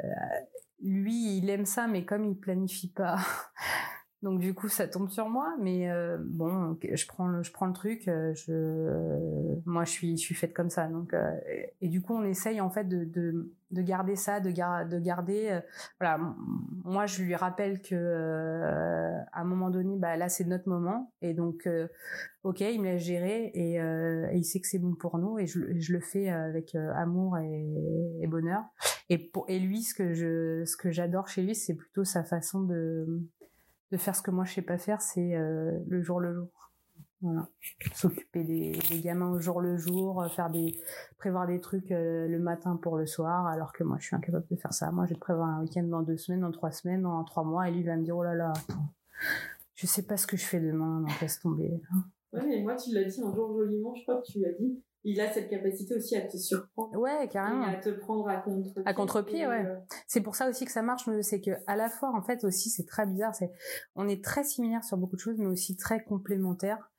lui, il aime ça, mais comme il planifie pas. Donc du coup ça tombe sur moi, mais euh, bon, je prends le, je prends le truc, euh, je, euh, moi je suis, je suis faite comme ça, donc euh, et, et du coup on essaye en fait de, de, de garder ça, de, gar, de garder, euh, voilà, moi je lui rappelle que euh, à un moment donné, bah là c'est notre moment, et donc euh, ok, il me laisse gérer, et, euh, et il sait que c'est bon pour nous, et je, je le fais avec euh, amour et, et bonheur, et pour, et lui ce que je, ce que j'adore chez lui, c'est plutôt sa façon de de faire ce que moi je sais pas faire, c'est euh, le jour le jour. Voilà. S'occuper des, des gamins au jour le jour, faire des, prévoir des trucs euh, le matin pour le soir, alors que moi je suis incapable de faire ça. Moi je vais te prévoir un week-end dans deux semaines, dans trois semaines, dans trois mois, et lui il va me dire oh là là, attends, je sais pas ce que je fais demain, donc laisse tomber. Ouais, mais moi tu l'as dit un jour joliment, je crois que tu l'as dit. Il a cette capacité aussi à te surprendre. Ouais, carrément. Et à te prendre à contre-pied. À contre-pied, ouais. Euh... C'est pour ça aussi que ça marche, c'est que à la fois, en fait, aussi, c'est très bizarre. C'est, on est très similaires sur beaucoup de choses, mais aussi très complémentaires.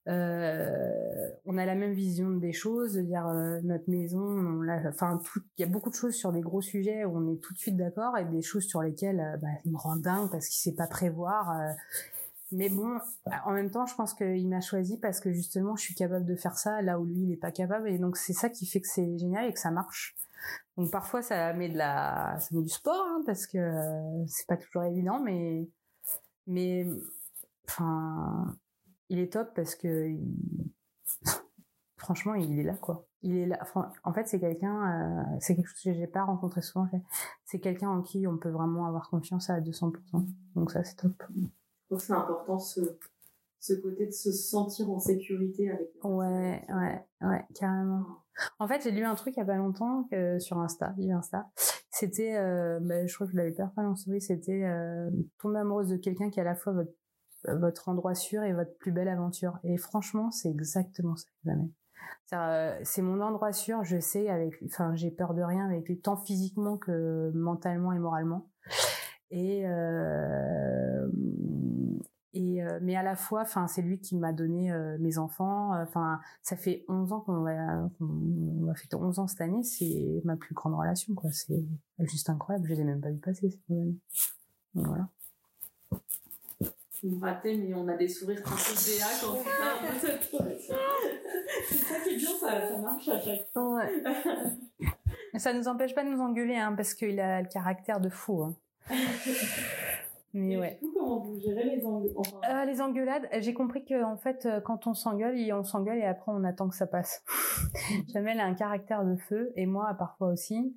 Euh, on a la même vision des choses, de dire euh, notre maison, on l'a, enfin, il y a beaucoup de choses sur des gros sujets où on est tout de suite d'accord, et des choses sur lesquelles euh, bah, il me rend dingue parce qu'il sait pas prévoir. Euh, mais bon, en même temps, je pense qu'il m'a choisi parce que justement, je suis capable de faire ça là où lui, il est pas capable, et donc c'est ça qui fait que c'est génial et que ça marche. Donc parfois, ça met de la, ça met du sport, hein, parce que euh, c'est pas toujours évident, mais, mais, enfin. Il est top parce que il... franchement, il est là, quoi. Il est là. Enfin, en fait, c'est quelqu'un, euh, c'est quelque chose que j'ai pas rencontré souvent. C'est quelqu'un en qui on peut vraiment avoir confiance à deux cents pour cent. Donc ça, c'est top. Je trouve que c'est important ce, ce côté de se sentir en sécurité avec. Ouais, ouais, ouais, carrément. En fait, j'ai lu un truc il y a pas longtemps euh, sur Insta, il y a Insta. C'était, euh, bah, je crois que je l'avais pas fait en story. C'était euh, tomber amoureuse de quelqu'un qui est à la fois votre votre endroit sûr et votre plus belle aventure. Et franchement, c'est exactement ça que j'aime. C'est, euh, c'est mon endroit sûr, je sais, avec lui, enfin, j'ai peur de rien avec lui, tant physiquement que mentalement et moralement. Et, euh, et euh, mais à la fois, enfin, c'est lui qui m'a donné euh, mes enfants. Enfin, ça fait onze ans qu'on va, qu'on va fêter onze ans cette année. C'est ma plus grande relation, quoi. C'est juste incroyable. Je les ai même pas vu passer ces années. Donc voilà. Vous me ratez, mais on a des sourires princesse Béa quand on fait un peu cette relation. C'est ça qui est bien, ça, ça marche à chaque fois. Ouais. Ça nous empêche pas de nous engueuler, hein, parce qu'il a le caractère de fou. Hein. Mais et ouais. Du coup, comment vous gérez les engueulades enfin... euh, Les engueulades, j'ai compris que en fait, quand on s'engueule, on s'engueule et après on attend que ça passe. Jamel a un caractère de feu, et moi parfois aussi.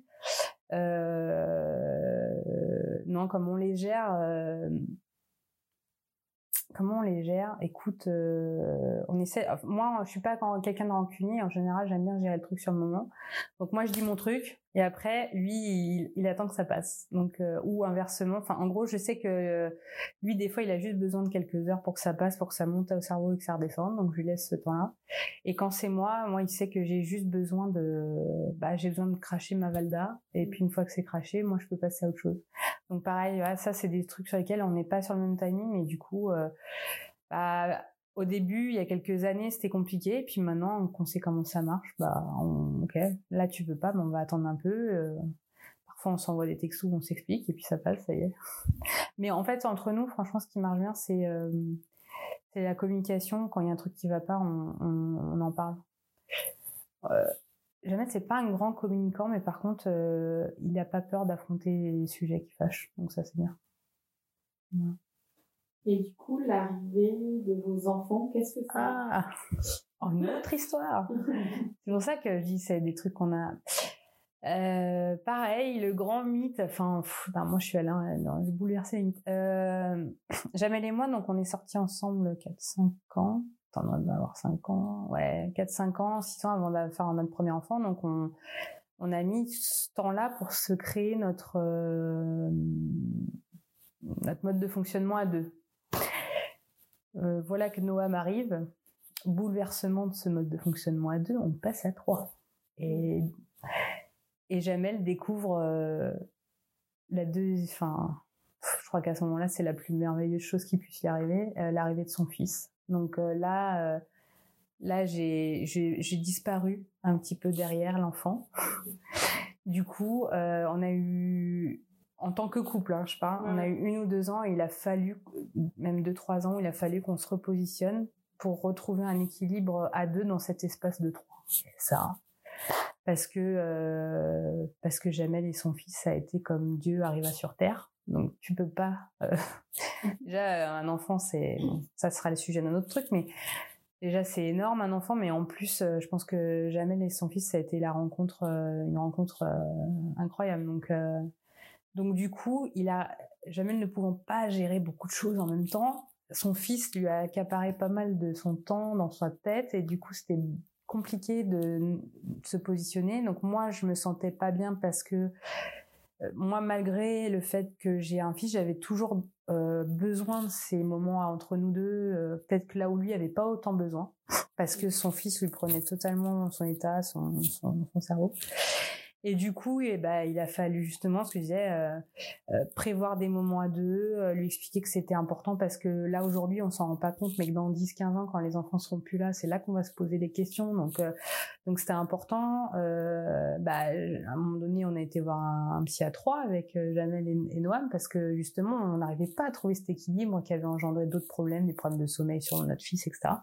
Euh... Non, comme on les gère. Euh... Comment on les gère? Écoute, euh, on essaie. Moi, je suis pas quelqu'un de rancunier. En général, j'aime bien gérer le truc sur le moment. Donc moi, je dis mon truc et après, lui, il, il attend que ça passe. Donc euh, ou inversement. Enfin, en gros, je sais que euh, lui, des fois, il a juste besoin de quelques heures pour que ça passe, pour que ça monte au cerveau et que ça redescende. Donc je lui laisse ce temps-là. Et quand c'est moi, moi, il sait que j'ai juste besoin de, bah, j'ai besoin de cracher ma Valda. Et puis une fois que c'est craché, moi, je peux passer à autre chose. Donc pareil, ouais, ça, c'est des trucs sur lesquels on n'est pas sur le même timing. Et du coup. Euh, Bah, au début, il y a quelques années, c'était compliqué. Et puis maintenant, qu'on sait comment ça marche, bah, on, ok, là tu veux pas, mais on va attendre un peu. Euh, parfois, on s'envoie des textos, on s'explique, et puis ça passe, ça y est. Mais en fait, entre nous, franchement, ce qui marche bien, c'est, euh, c'est la communication. Quand il y a un truc qui va pas, on, on, on en parle. Euh, Jamel, c'est pas un grand communicant, mais par contre, euh, il n'a pas peur d'affronter les sujets qui fâchent. Donc ça, c'est bien. Ouais. Et du coup, l'arrivée de vos enfants, qu'est-ce que ça Ah, oh, une autre histoire. C'est pour ça que je dis c'est des trucs qu'on a. Euh, pareil, le grand mythe. Enfin, pff, ben moi je suis allée, non, je bouleversais les mythes. Euh, Jamel et moi, donc on est sortis ensemble quatre cinq ans. Attends, on va avoir cinq ans. Ouais, quatre cinq ans, six ans avant de faire notre premier enfant. Donc on, on a mis ce temps-là pour se créer notre euh, notre mode de fonctionnement à deux. Euh, voilà que Noam arrive, bouleversement de ce mode de fonctionnement à deux, on passe à trois. Et, et Jamel découvre euh, la deux, enfin, je crois qu'à ce moment-là, c'est la plus merveilleuse chose qui puisse lui arriver, euh, l'arrivée de son fils. Donc euh, là, euh, là, j'ai, j'ai, j'ai disparu un petit peu derrière l'enfant. Du coup, euh, on a eu en tant que couple, hein, je parle, ouais. On a eu une ou deux ans, et il a fallu, même deux, trois ans, il a fallu qu'on se repositionne pour retrouver un équilibre à deux dans cet espace de trois. C'est ça. Parce que, euh, parce que Jamel et son fils, ça a été comme Dieu arriva sur terre. Donc, tu peux pas, euh... déjà, un enfant, c'est, bon, ça sera le sujet d'un autre truc, mais déjà, c'est énorme, un enfant, mais en plus, euh, je pense que Jamel et son fils, ça a été la rencontre, euh, une rencontre euh, incroyable. Donc, euh, Donc du coup, il a Jamel ne pouvant pas gérer beaucoup de choses en même temps, son fils lui a accaparé pas mal de son temps dans sa tête, et du coup c'était compliqué de se positionner. Donc moi je me sentais pas bien parce que euh, moi malgré le fait que j'ai un fils, j'avais toujours euh, besoin de ces moments entre nous deux, euh, peut-être que là où lui avait pas autant besoin, parce que son fils lui prenait totalement son état, son, son, son cerveau. Et du coup, et ben, il a fallu justement, ce que je disais, euh, euh, prévoir des moments à deux, euh, lui expliquer que c'était important parce que là, aujourd'hui, on s'en rend pas compte, mais que dans dix quinze ans, quand les enfants seront plus là, c'est là qu'on va se poser des questions. Donc, euh, donc c'était important. Euh, bah, à un moment donné, on a été voir un, un psy à trois avec euh, Jamel et, et Noam parce que justement, on n'arrivait pas à trouver cet équilibre qui avait engendré d'autres problèmes, des problèmes de sommeil sur notre fils, et cetera.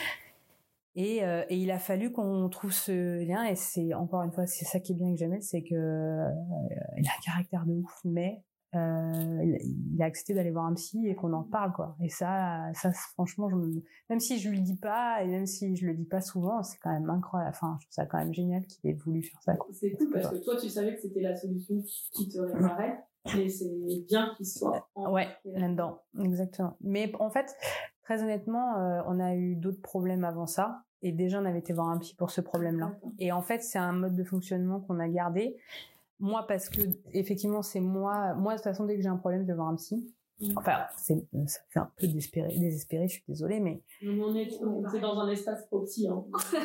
Et, euh, et il a fallu qu'on trouve ce lien, et c'est encore une fois, c'est ça qui est bien avec Jamel, c'est que euh, il a un caractère de ouf, mais euh, il, il a accepté d'aller voir un psy et qu'on en parle, quoi. Et ça, ça franchement, je me, même si je lui dis pas et même si je le dis pas souvent, c'est quand même incroyable. Enfin, je trouve ça quand même génial qu'il ait voulu faire ça, quoi. C'est cool parce que toi, tu savais que c'était la solution qui te réparait. Et c'est bien qu'il soit en ouais là-dedans, exactement. Mais en fait, très honnêtement, euh, on a eu d'autres problèmes avant ça, et déjà on avait été voir un psy pour ce problème-là. Et en fait, c'est un mode de fonctionnement qu'on a gardé. Moi, parce que effectivement, c'est moi. Moi, de toute façon, dès que j'ai un problème, je vais voir un psy. Enfin, c'est, ça fait un peu désespéré, désespéré, je suis désolée, mais... On est, on est dans un espace proxy, hein.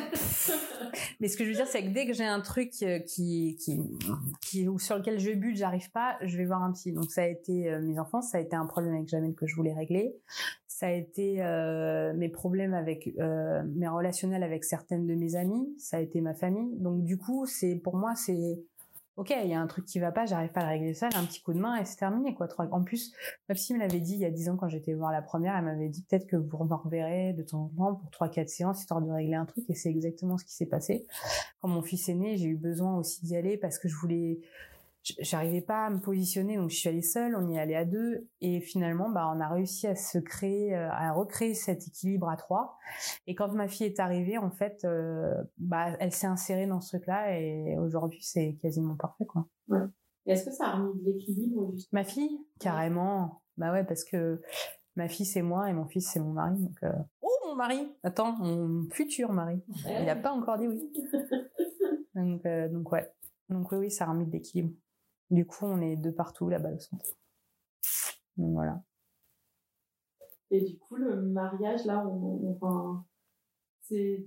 Mais ce que je veux dire, c'est que dès que j'ai un truc qui, qui, qui, ou sur lequel je bute, j'arrive pas, je vais voir un psy. Donc ça a été euh, mes enfants, ça a été un problème avec Jamel que je voulais régler. Ça a été euh, mes problèmes avec, euh, mes relationnels avec certaines de mes amies. Ça a été ma famille. Donc du coup, c'est, pour moi, c'est... Ok, il y a un truc qui va pas, j'arrive pas à le régler ça, j'ai un petit coup de main et c'est terminé, quoi. En plus, ma psy me l'avait dit il y a dix ans quand j'étais voir la première, elle m'avait dit peut-être que vous me reverrez de temps en temps pour trois quatre séances histoire de régler un truc, et c'est exactement ce qui s'est passé. Quand mon fils est né, j'ai eu besoin aussi d'y aller parce que je voulais, j'arrivais pas à me positionner, donc je suis allée seule, on y est allé à deux, et finalement, bah, on a réussi à se créer, à recréer cet équilibre à trois. Et quand ma fille est arrivée, en fait, euh, bah, elle s'est insérée dans ce truc-là, et aujourd'hui, c'est quasiment parfait, quoi. Ouais. Et est-ce que ça a remis de l'équilibre, justement? Ma fille, carrément. Bah ouais, parce que ma fille, c'est moi, et mon fils, c'est mon mari, donc, euh... oh, mon mari! Attends, mon futur mari. Il a pas encore dit oui. Donc, euh, donc ouais. Donc oui, oui, ça a remis de l'équilibre. Du coup, on est deux partout là-bas au centre. Donc voilà. Et du coup, le mariage, là, on, on, enfin, c'est...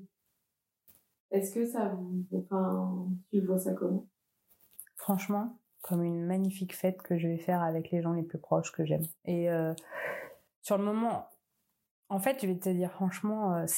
Est-ce que ça vous... Enfin, tu vois ça comment? Franchement, comme une magnifique fête que je vais faire avec les gens les plus proches que j'aime. Et euh, sur le moment... En fait, je vais te dire franchement, euh,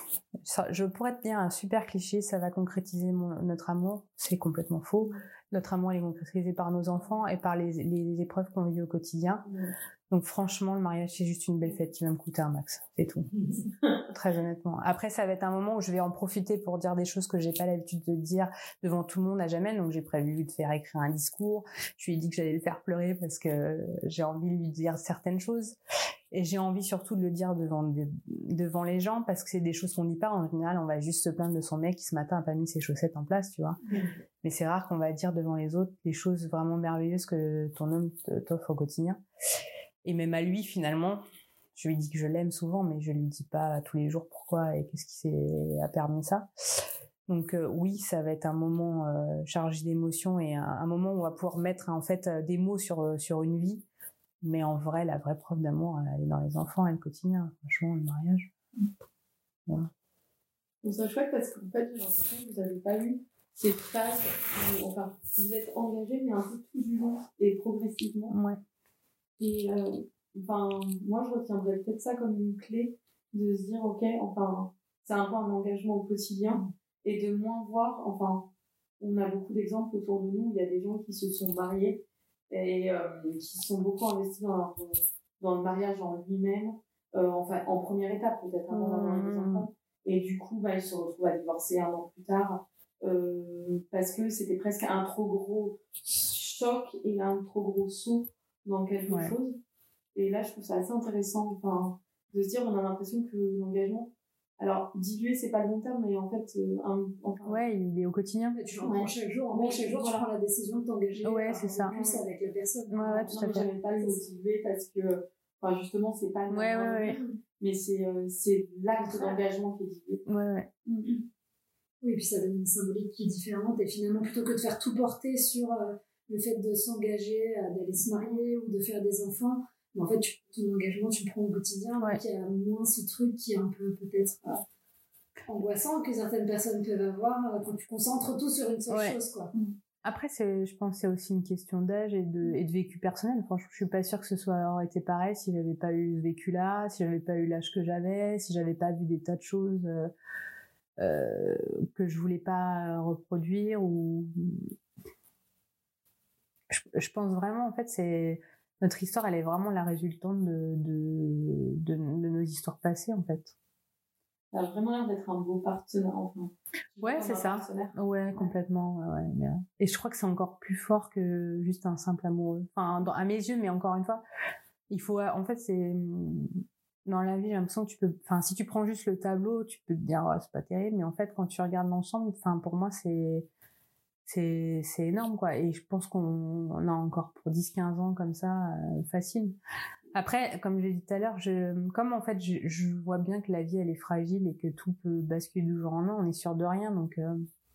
ça, je pourrais te dire un super cliché, ça va concrétiser mon, notre amour. C'est complètement faux. Notre amour, il est concrétisé par nos enfants et par les, les, les épreuves qu'on vit au quotidien. Mmh. Donc franchement, le mariage, c'est juste une belle fête qui va me coûter un max. C'est tout. Très honnêtement. Après, ça va être un moment où je vais en profiter pour dire des choses que j'ai pas l'habitude de dire devant tout le monde à jamais. Donc j'ai prévu de faire écrire un discours. Je lui ai dit que j'allais le faire pleurer parce que j'ai envie de lui dire certaines choses. Et j'ai envie surtout de le dire devant, de, devant les gens parce que c'est des choses qu'on dit pas. En général, on va juste se plaindre de son mec qui ce matin a pas mis ses chaussettes en place, tu vois. Mmh. Mais c'est rare qu'on va dire devant les autres des choses vraiment merveilleuses que ton homme t'offre au quotidien. Et même à lui, finalement, je lui dis que je l'aime souvent, mais je lui dis pas tous les jours pourquoi et qu'est-ce qui s'est a permis ça. Donc euh, oui, ça va être un moment euh, chargé d'émotions et un, un moment où on va pouvoir mettre en fait des mots sur sur une vie. Mais en vrai, la vraie preuve d'amour, elle est dans les enfants et le quotidien. Franchement, le mariage. Voilà. Donc c'est chouette parce qu'en fait, j'ai l'impression que vous n'avez pas eu ces phases où, enfin, vous êtes engagés, mais un peu tout du long et progressivement. Ouais. Et, euh, enfin, moi, je retiendrais peut-être ça comme une clé de se dire, ok, enfin, c'est un peu un engagement au quotidien et de moins voir, enfin, on a beaucoup d'exemples autour de nous où il y a des gens qui se sont mariés et euh, qui sont beaucoup investis dans, leur, dans le mariage en lui-même, euh, enfin, en première étape peut-être avant mmh. d'avoir des enfants. Et du coup, bah, ils se retrouvent à divorcer un an plus tard euh, parce que c'était presque un trop gros choc et un trop gros saut dans quelque ouais. chose. Et là, je trouve ça assez intéressant, enfin, de se dire, on a l'impression que l'engagement, alors diluer, c'est pas le bon terme, mais en fait, euh, un, enfin, ouais, il est au quotidien. Tu le prends chaque jour, en ouais, chaque jour, voilà. Tu prends la décision de t'engager. Ouais, c'est ça. Plus avec la personne. Ouais, ouais, tout non, à fait. J'aimais pas le motiver parce que, enfin, justement, c'est pas le ouais, ouais, ouais. mais c'est, euh, c'est l'acte d'engagement qui est dilué. Ouais, ouais. Mm-hmm. Oui, et puis ça donne une symbolique qui est différente, et finalement, plutôt que de faire tout porter sur euh, le fait de s'engager, euh, d'aller se marier ou de faire des enfants, mais en fait, tu, ton engagement, tu le prends au quotidien, ouais. Donc il y a moins ce truc qui est un peu peut-être euh, angoissant que certaines personnes peuvent avoir euh, quand tu concentres tout sur une seule ouais. chose, quoi. Après, c'est, je pense que c'est aussi une question d'âge et de, et de vécu personnel. Franchement, je suis pas sûre que ce soit aurait été pareil si j'avais pas eu ce vécu-là, si j'avais pas eu l'âge que j'avais, si j'avais pas vu des tas de choses euh, euh, que je voulais pas reproduire. Ou je, je pense vraiment, en fait, c'est notre histoire, elle est vraiment la résultante de de, de, de nos histoires passées, en fait. Ça a vraiment l'air d'être un beau partenaire, enfin. Ouais, c'est ça. Ouais, complètement. Ouais, ouais. Et je crois que c'est encore plus fort que juste un simple amoureux. Enfin, dans, à mes yeux, mais encore une fois, il faut, en fait, c'est, dans la vie, j'ai l'impression que tu peux, enfin, si tu prends juste le tableau, tu peux te dire, oh, c'est pas terrible, mais en fait, quand tu regardes l'ensemble, enfin, pour moi, c'est, c'est, c'est énorme, quoi. Et je pense qu'on en a encore pour dix quinze ans comme ça, euh, facile. Après, comme j'ai dit tout à l'heure, je, comme en fait, je, je vois bien que la vie, elle est fragile et que tout peut basculer du jour au lendemain, on est sûr de rien. Donc, euh,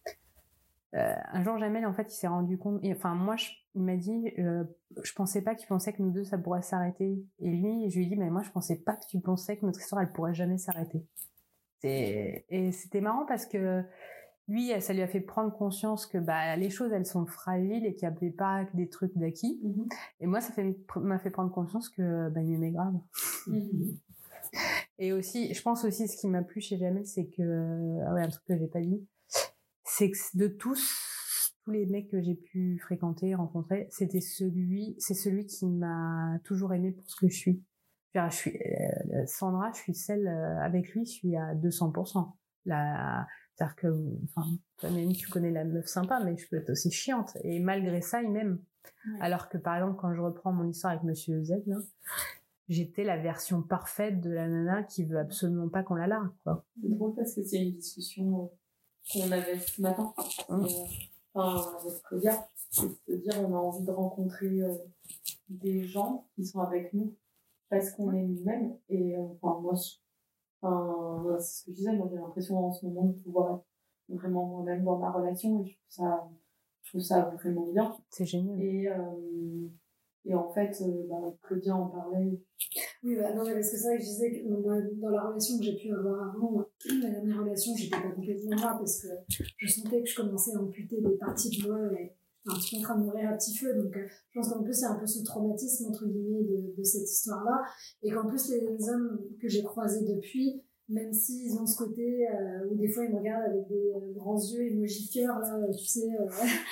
euh, un jour, Jamel, en fait, il s'est rendu compte, et, enfin, moi, je, il m'a dit, euh, je pensais pas qu'il pensait que nous deux, ça pourrait s'arrêter. Et lui, je lui ai dit, mais moi, je pensais pas que tu pensais que notre histoire, elle pourrait jamais s'arrêter. C'est, et c'était marrant parce que, lui, ça lui a fait prendre conscience que bah les choses elles sont fragiles et qu'il n'y avait pas que des trucs d'acquis. Mm-hmm. Et moi, ça fait, m'a fait prendre conscience que bah il m'aimait grave. Mm-hmm. Et aussi, je pense aussi ce qui m'a plu chez Jamel, c'est que ah ouais un truc que j'ai pas dit, c'est que de tous tous les mecs que j'ai pu fréquenter, rencontrer, c'était celui, c'est celui qui m'a toujours aimé pour ce que je suis. Je suis euh, Sandra, je suis celle euh, avec lui, je suis à deux cents pour cent. La C'est-à-dire que, enfin, toi, même tu connais la meuf sympa, mais je peux être aussi chiante. Et malgré ça, il m'aime. Ouais. Alors que, par exemple, quand je reprends mon histoire avec Monsieur Z, là, j'étais la version parfaite de la nana qui veut absolument pas qu'on la largue, quoi. C'est drôle parce que c'est une discussion qu'on avait ce matin. Mmh. Euh, enfin, avec Claudia. C'est de dire, on a envie de rencontrer euh, des gens qui sont avec nous parce qu'on est nous-mêmes. Et, euh, enfin, moi, je, Enfin, c'est ce que je disais, moi j'ai l'impression en ce moment de pouvoir être vraiment moi-même dans ma relation et je trouve ça, je trouve ça vraiment bien. C'est génial. Et, euh, et en fait, euh, bah, Claudia en parlait. Oui, bah, non, mais parce que c'est vrai que je disais que dans, dans la relation que j'ai pu avoir avant, la dernière relation, j'étais pas complètement moi parce que je sentais que je commençais à amputer des parties de moi et un petit peu en train de mourir à petit feu, donc euh, je pense qu'en plus il y a un peu ce traumatisme entre guillemets de, de cette histoire-là, et qu'en plus les hommes que j'ai croisés depuis, même s'ils ont ce côté euh, où des fois ils me regardent avec des euh, grands yeux emoji cœur là, tu sais, euh,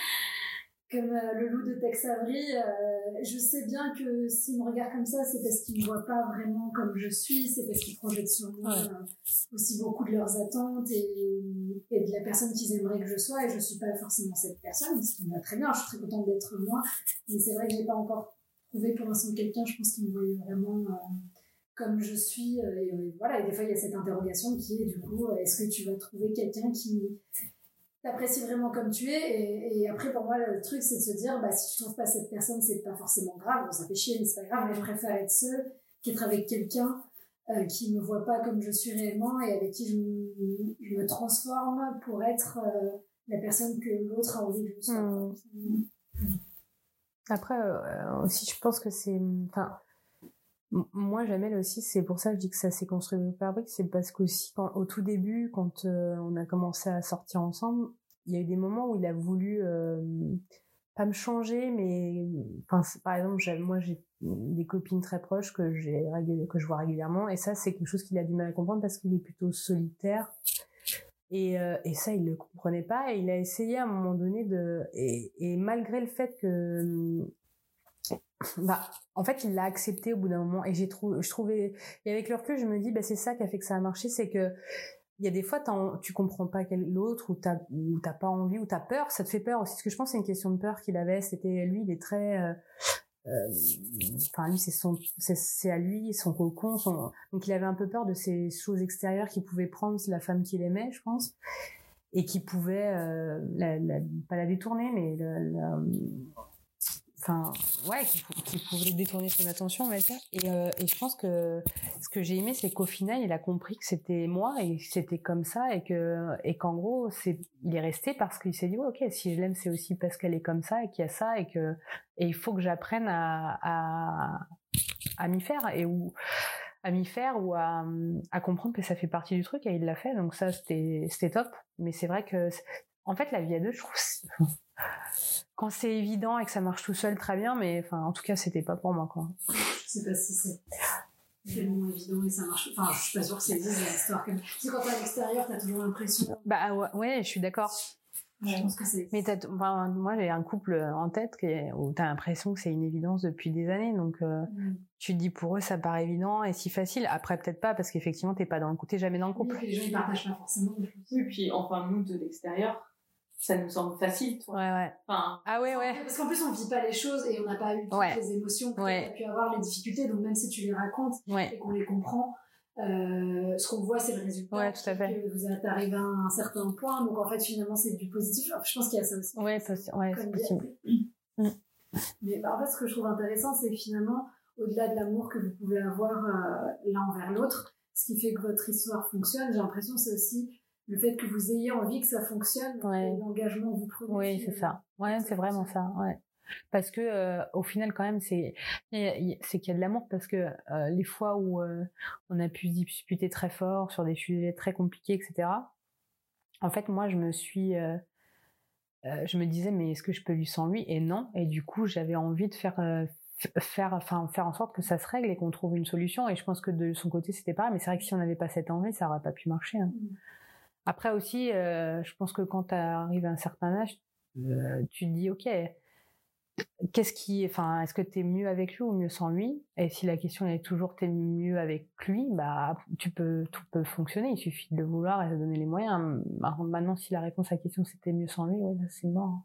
comme euh, le loup de Tex Avery, euh, je sais bien que s'ils me regardent comme ça, c'est parce qu'ils me voient pas vraiment comme je suis, c'est parce qu'ils projettent sur moi ouais. euh, aussi beaucoup de leurs attentes et, et de la personne qu'ils aimeraient que je sois, et je suis pas forcément cette personne, ce qui me va très bien, je suis très contente d'être moi, mais c'est vrai que j'ai pas encore trouvé pour l'instant quelqu'un, je pense, qui me voyait vraiment euh, comme je suis, euh, et, et voilà, et des fois il y a cette interrogation qui est du coup, euh, est-ce que tu vas trouver quelqu'un qui t'apprécies vraiment comme tu es, et, et après pour moi le truc c'est de se dire bah si tu trouves pas cette personne c'est pas forcément grave, bon, ça fait chier mais c'est pas grave, mais je préfère être seule qu'être avec quelqu'un euh, qui me voit pas comme je suis réellement et avec qui je me, je me transforme pour être euh, la personne que l'autre a envie que je sois. Mmh. Mmh. Après euh, aussi je pense que c'est enfin moi, Jamel aussi, c'est pour ça que je dis que ça s'est construit par briques, c'est parce qu'aussi, quand, au tout début, quand euh, on a commencé à sortir ensemble, il y a eu des moments où il a voulu, euh, pas me changer, mais, enfin, par exemple, j'ai, moi, j'ai des copines très proches que j'ai que je vois régulièrement, et ça, c'est quelque chose qu'il a du mal à comprendre parce qu'il est plutôt solitaire. Et, euh, et ça, il le comprenait pas, et il a essayé à un moment donné de, et, et malgré le fait que, bah, en fait, il l'a accepté au bout d'un moment, et j'ai trouvé, je trouvais, et avec le recul, je me dis, bah, c'est ça qui a fait que ça a marché, c'est que, il y a des fois, tu comprends pas quel, l'autre, ou t'as, ou t'as pas envie, ou t'as peur, ça te fait peur aussi, ce que je pense, c'est une question de peur qu'il avait, c'était, lui, il est très, euh, euh, enfin, lui, c'est son, c'est, c'est à lui, son cocon, son, donc il avait un peu peur de ces choses extérieures qui pouvaient prendre la femme qu'il aimait, je pense, et qui pouvaient, euh, la, la, pas la détourner, mais la, la enfin ouais qui, qui pouvait détourner son attention, on va dire, et, euh, et je pense que ce que j'ai aimé, c'est qu'au final il a compris que c'était moi et que c'était comme ça, et que et qu'en gros c'est il est resté parce qu'il s'est dit ouais, ok, si je l'aime c'est aussi parce qu'elle est comme ça et qu'il y a ça, et que et il faut que j'apprenne à à à m'y faire, et où à m'y faire ou à à comprendre que ça fait partie du truc, et il l'a fait, donc ça c'était c'était top. Mais c'est vrai que en fait, la vie à deux, je trouve, c'est... quand c'est évident et que ça marche tout seul, très bien, mais enfin, en tout cas, c'était pas pour moi, quoi. Je sais pas si c'est tellement évident et ça marche. Enfin, je suis pas sûre que c'est des histoires comme. Tu sais, quand t'es à l'extérieur, t'as toujours l'impression. Bah ouais, ouais, je suis d'accord. Je pense que c'est. Mais t'as, enfin, moi, j'ai un couple en tête qui est, où t'as l'impression que c'est une évidence depuis des années, donc euh, mm. tu te dis pour eux, ça paraît évident et si facile. Après, peut-être pas, parce qu'effectivement, t'es pas dans le, t'es jamais dans le couple. Oui, les gens ils partagent pas forcément. Oui, puis enfin nous de l'extérieur, ça nous semble facile, toi. Ouais, ouais. Enfin, ah ouais, ouais. Parce qu'en plus, on vit pas les choses et on n'a pas eu toutes ouais. les émotions que ouais. tu as pu avoir, les difficultés. Donc même si tu les racontes ouais. et qu'on les comprend, euh, ce qu'on voit, c'est le résultat. Ouais, tout à fait. Que vous êtes arrivé à un certain point. Donc en fait, finalement, c'est du positif. Alors, je pense qu'il y a ça aussi. Ouais, possi- ouais c'est possible. Mm. Mais bah, en fait, ce que je trouve intéressant, c'est finalement, au-delà de l'amour que vous pouvez avoir euh, l'un envers l'autre, ce qui fait que votre histoire fonctionne, j'ai l'impression, c'est aussi le fait que vous ayez envie que ça fonctionne, ouais. l'engagement que vous prenez. Oui, c'est ça. Ouais, c'est vraiment ça. Ouais. Parce que euh, au final, quand même, c'est c'est qu'il y a de l'amour, parce que euh, les fois où euh, on a pu discuter très fort sur des sujets très compliqués, et cetera. En fait, moi, je me suis, euh, euh, je me disais, mais est-ce que je peux vivre sans lui ? Et non. Et du coup, j'avais envie de faire. Euh, faire enfin faire en sorte que ça se règle et qu'on trouve une solution, et je pense que de son côté c'était pareil, mais c'est vrai que si on n'avait pas cette envie, ça aurait pas pu marcher, hein. Mmh. Après aussi, euh, je pense que quand tu arrives à un certain âge, euh, tu te dis, ok, qu'est-ce qui, enfin, est-ce que t'es mieux avec lui ou mieux sans lui ? Et si la question est toujours t'es mieux avec lui, bah, tu peux, tout peut fonctionner. Il suffit de le vouloir et de donner les moyens. Maintenant, si la réponse à la question c'est t'es mieux sans lui, ouais, là, c'est mort.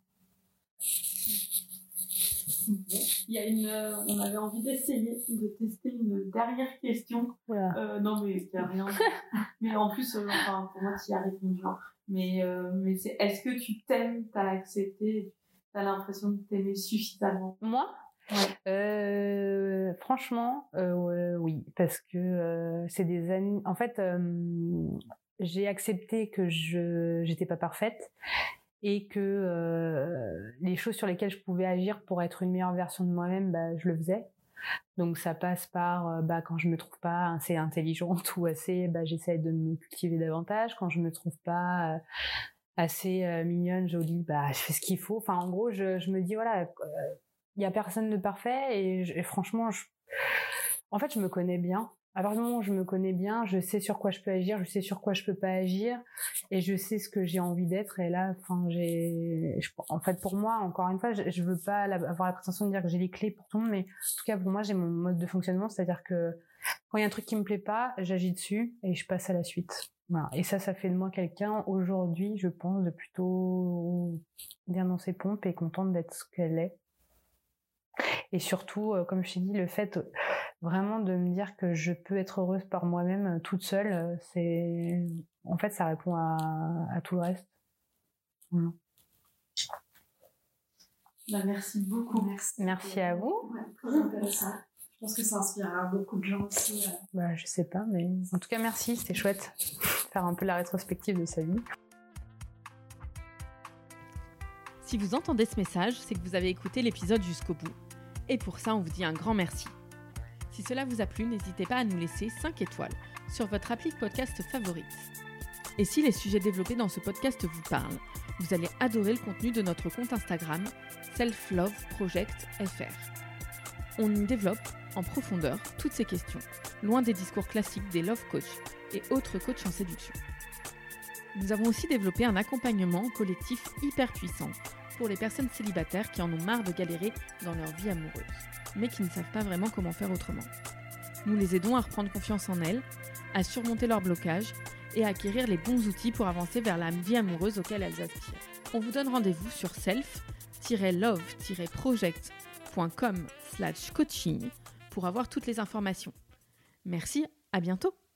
Il y a une, euh, on avait envie d'essayer, de tester une dernière question. Voilà. Euh, non, mais il n'y a rien. Mais en plus, euh, enfin, pour moi, tu y as répondu. Hein. Mais, euh, mais c'est, est-ce que tu t'aimes, t'as accepté, t'as l'impression de t'aimer suffisamment ? Moi ? Ouais. Euh, franchement, euh, oui, parce que euh, c'est des années. En fait, euh, j'ai accepté que je j'étais pas parfaite. Et que euh, les choses sur lesquelles je pouvais agir pour être une meilleure version de moi-même, bah, je le faisais. Donc ça passe par, euh, bah, quand je me trouve pas assez intelligente ou assez, bah, j'essaie de me cultiver davantage. Quand je me trouve pas euh, assez euh, mignonne, jolie, bah, je fais ce qu'il faut. Enfin, en gros, je, je me dis, voilà, il euh, y a personne de parfait, et, je, et franchement, je, en fait, je me connais bien. À partir du moment où je me connais bien, je sais sur quoi je peux agir, je sais sur quoi je peux pas agir, et je sais ce que j'ai envie d'être. Et là, enfin, j'ai, je, en fait, pour moi, encore une fois, je, je veux pas la, avoir la prétention de dire que j'ai les clés pour tout le monde, mais en tout cas, pour moi, j'ai mon mode de fonctionnement, c'est-à-dire que quand il y a un truc qui me plaît pas, j'agis dessus et je passe à la suite. Voilà. Et ça, ça fait de moi quelqu'un, aujourd'hui, je pense, de plutôt bien dans ses pompes et contente d'être ce qu'elle est. Et surtout, comme je t'ai dit, le fait vraiment de me dire que je peux être heureuse par moi-même toute seule, c'est, en fait, ça répond à, à tout le reste. Voilà. Bah, merci beaucoup. Merci, merci à vous. Ouais, très intéressant. Je pense que ça inspirera beaucoup de gens aussi. Euh... Bah, je sais pas, mais en tout cas, merci, c'était chouette. Faire un peu la rétrospective de sa vie. Si vous entendez ce message, c'est que vous avez écouté l'épisode jusqu'au bout. Et pour ça, on vous dit un grand merci. Si cela vous a plu, n'hésitez pas à nous laisser cinq étoiles sur votre appli podcast favorite. Et si les sujets développés dans ce podcast vous parlent, vous allez adorer le contenu de notre compte Instagram Self Love Project F R. On y développe en profondeur toutes ces questions, loin des discours classiques des love coachs et autres coachs en séduction. Nous avons aussi développé un accompagnement collectif hyper puissant pour les personnes célibataires qui en ont marre de galérer dans leur vie amoureuse, mais qui ne savent pas vraiment comment faire autrement. Nous les aidons à reprendre confiance en elles, à surmonter leurs blocages et à acquérir les bons outils pour avancer vers la vie amoureuse auquel elles aspirent. On vous donne rendez-vous sur self love project point com slash coaching pour avoir toutes les informations. Merci, à bientôt!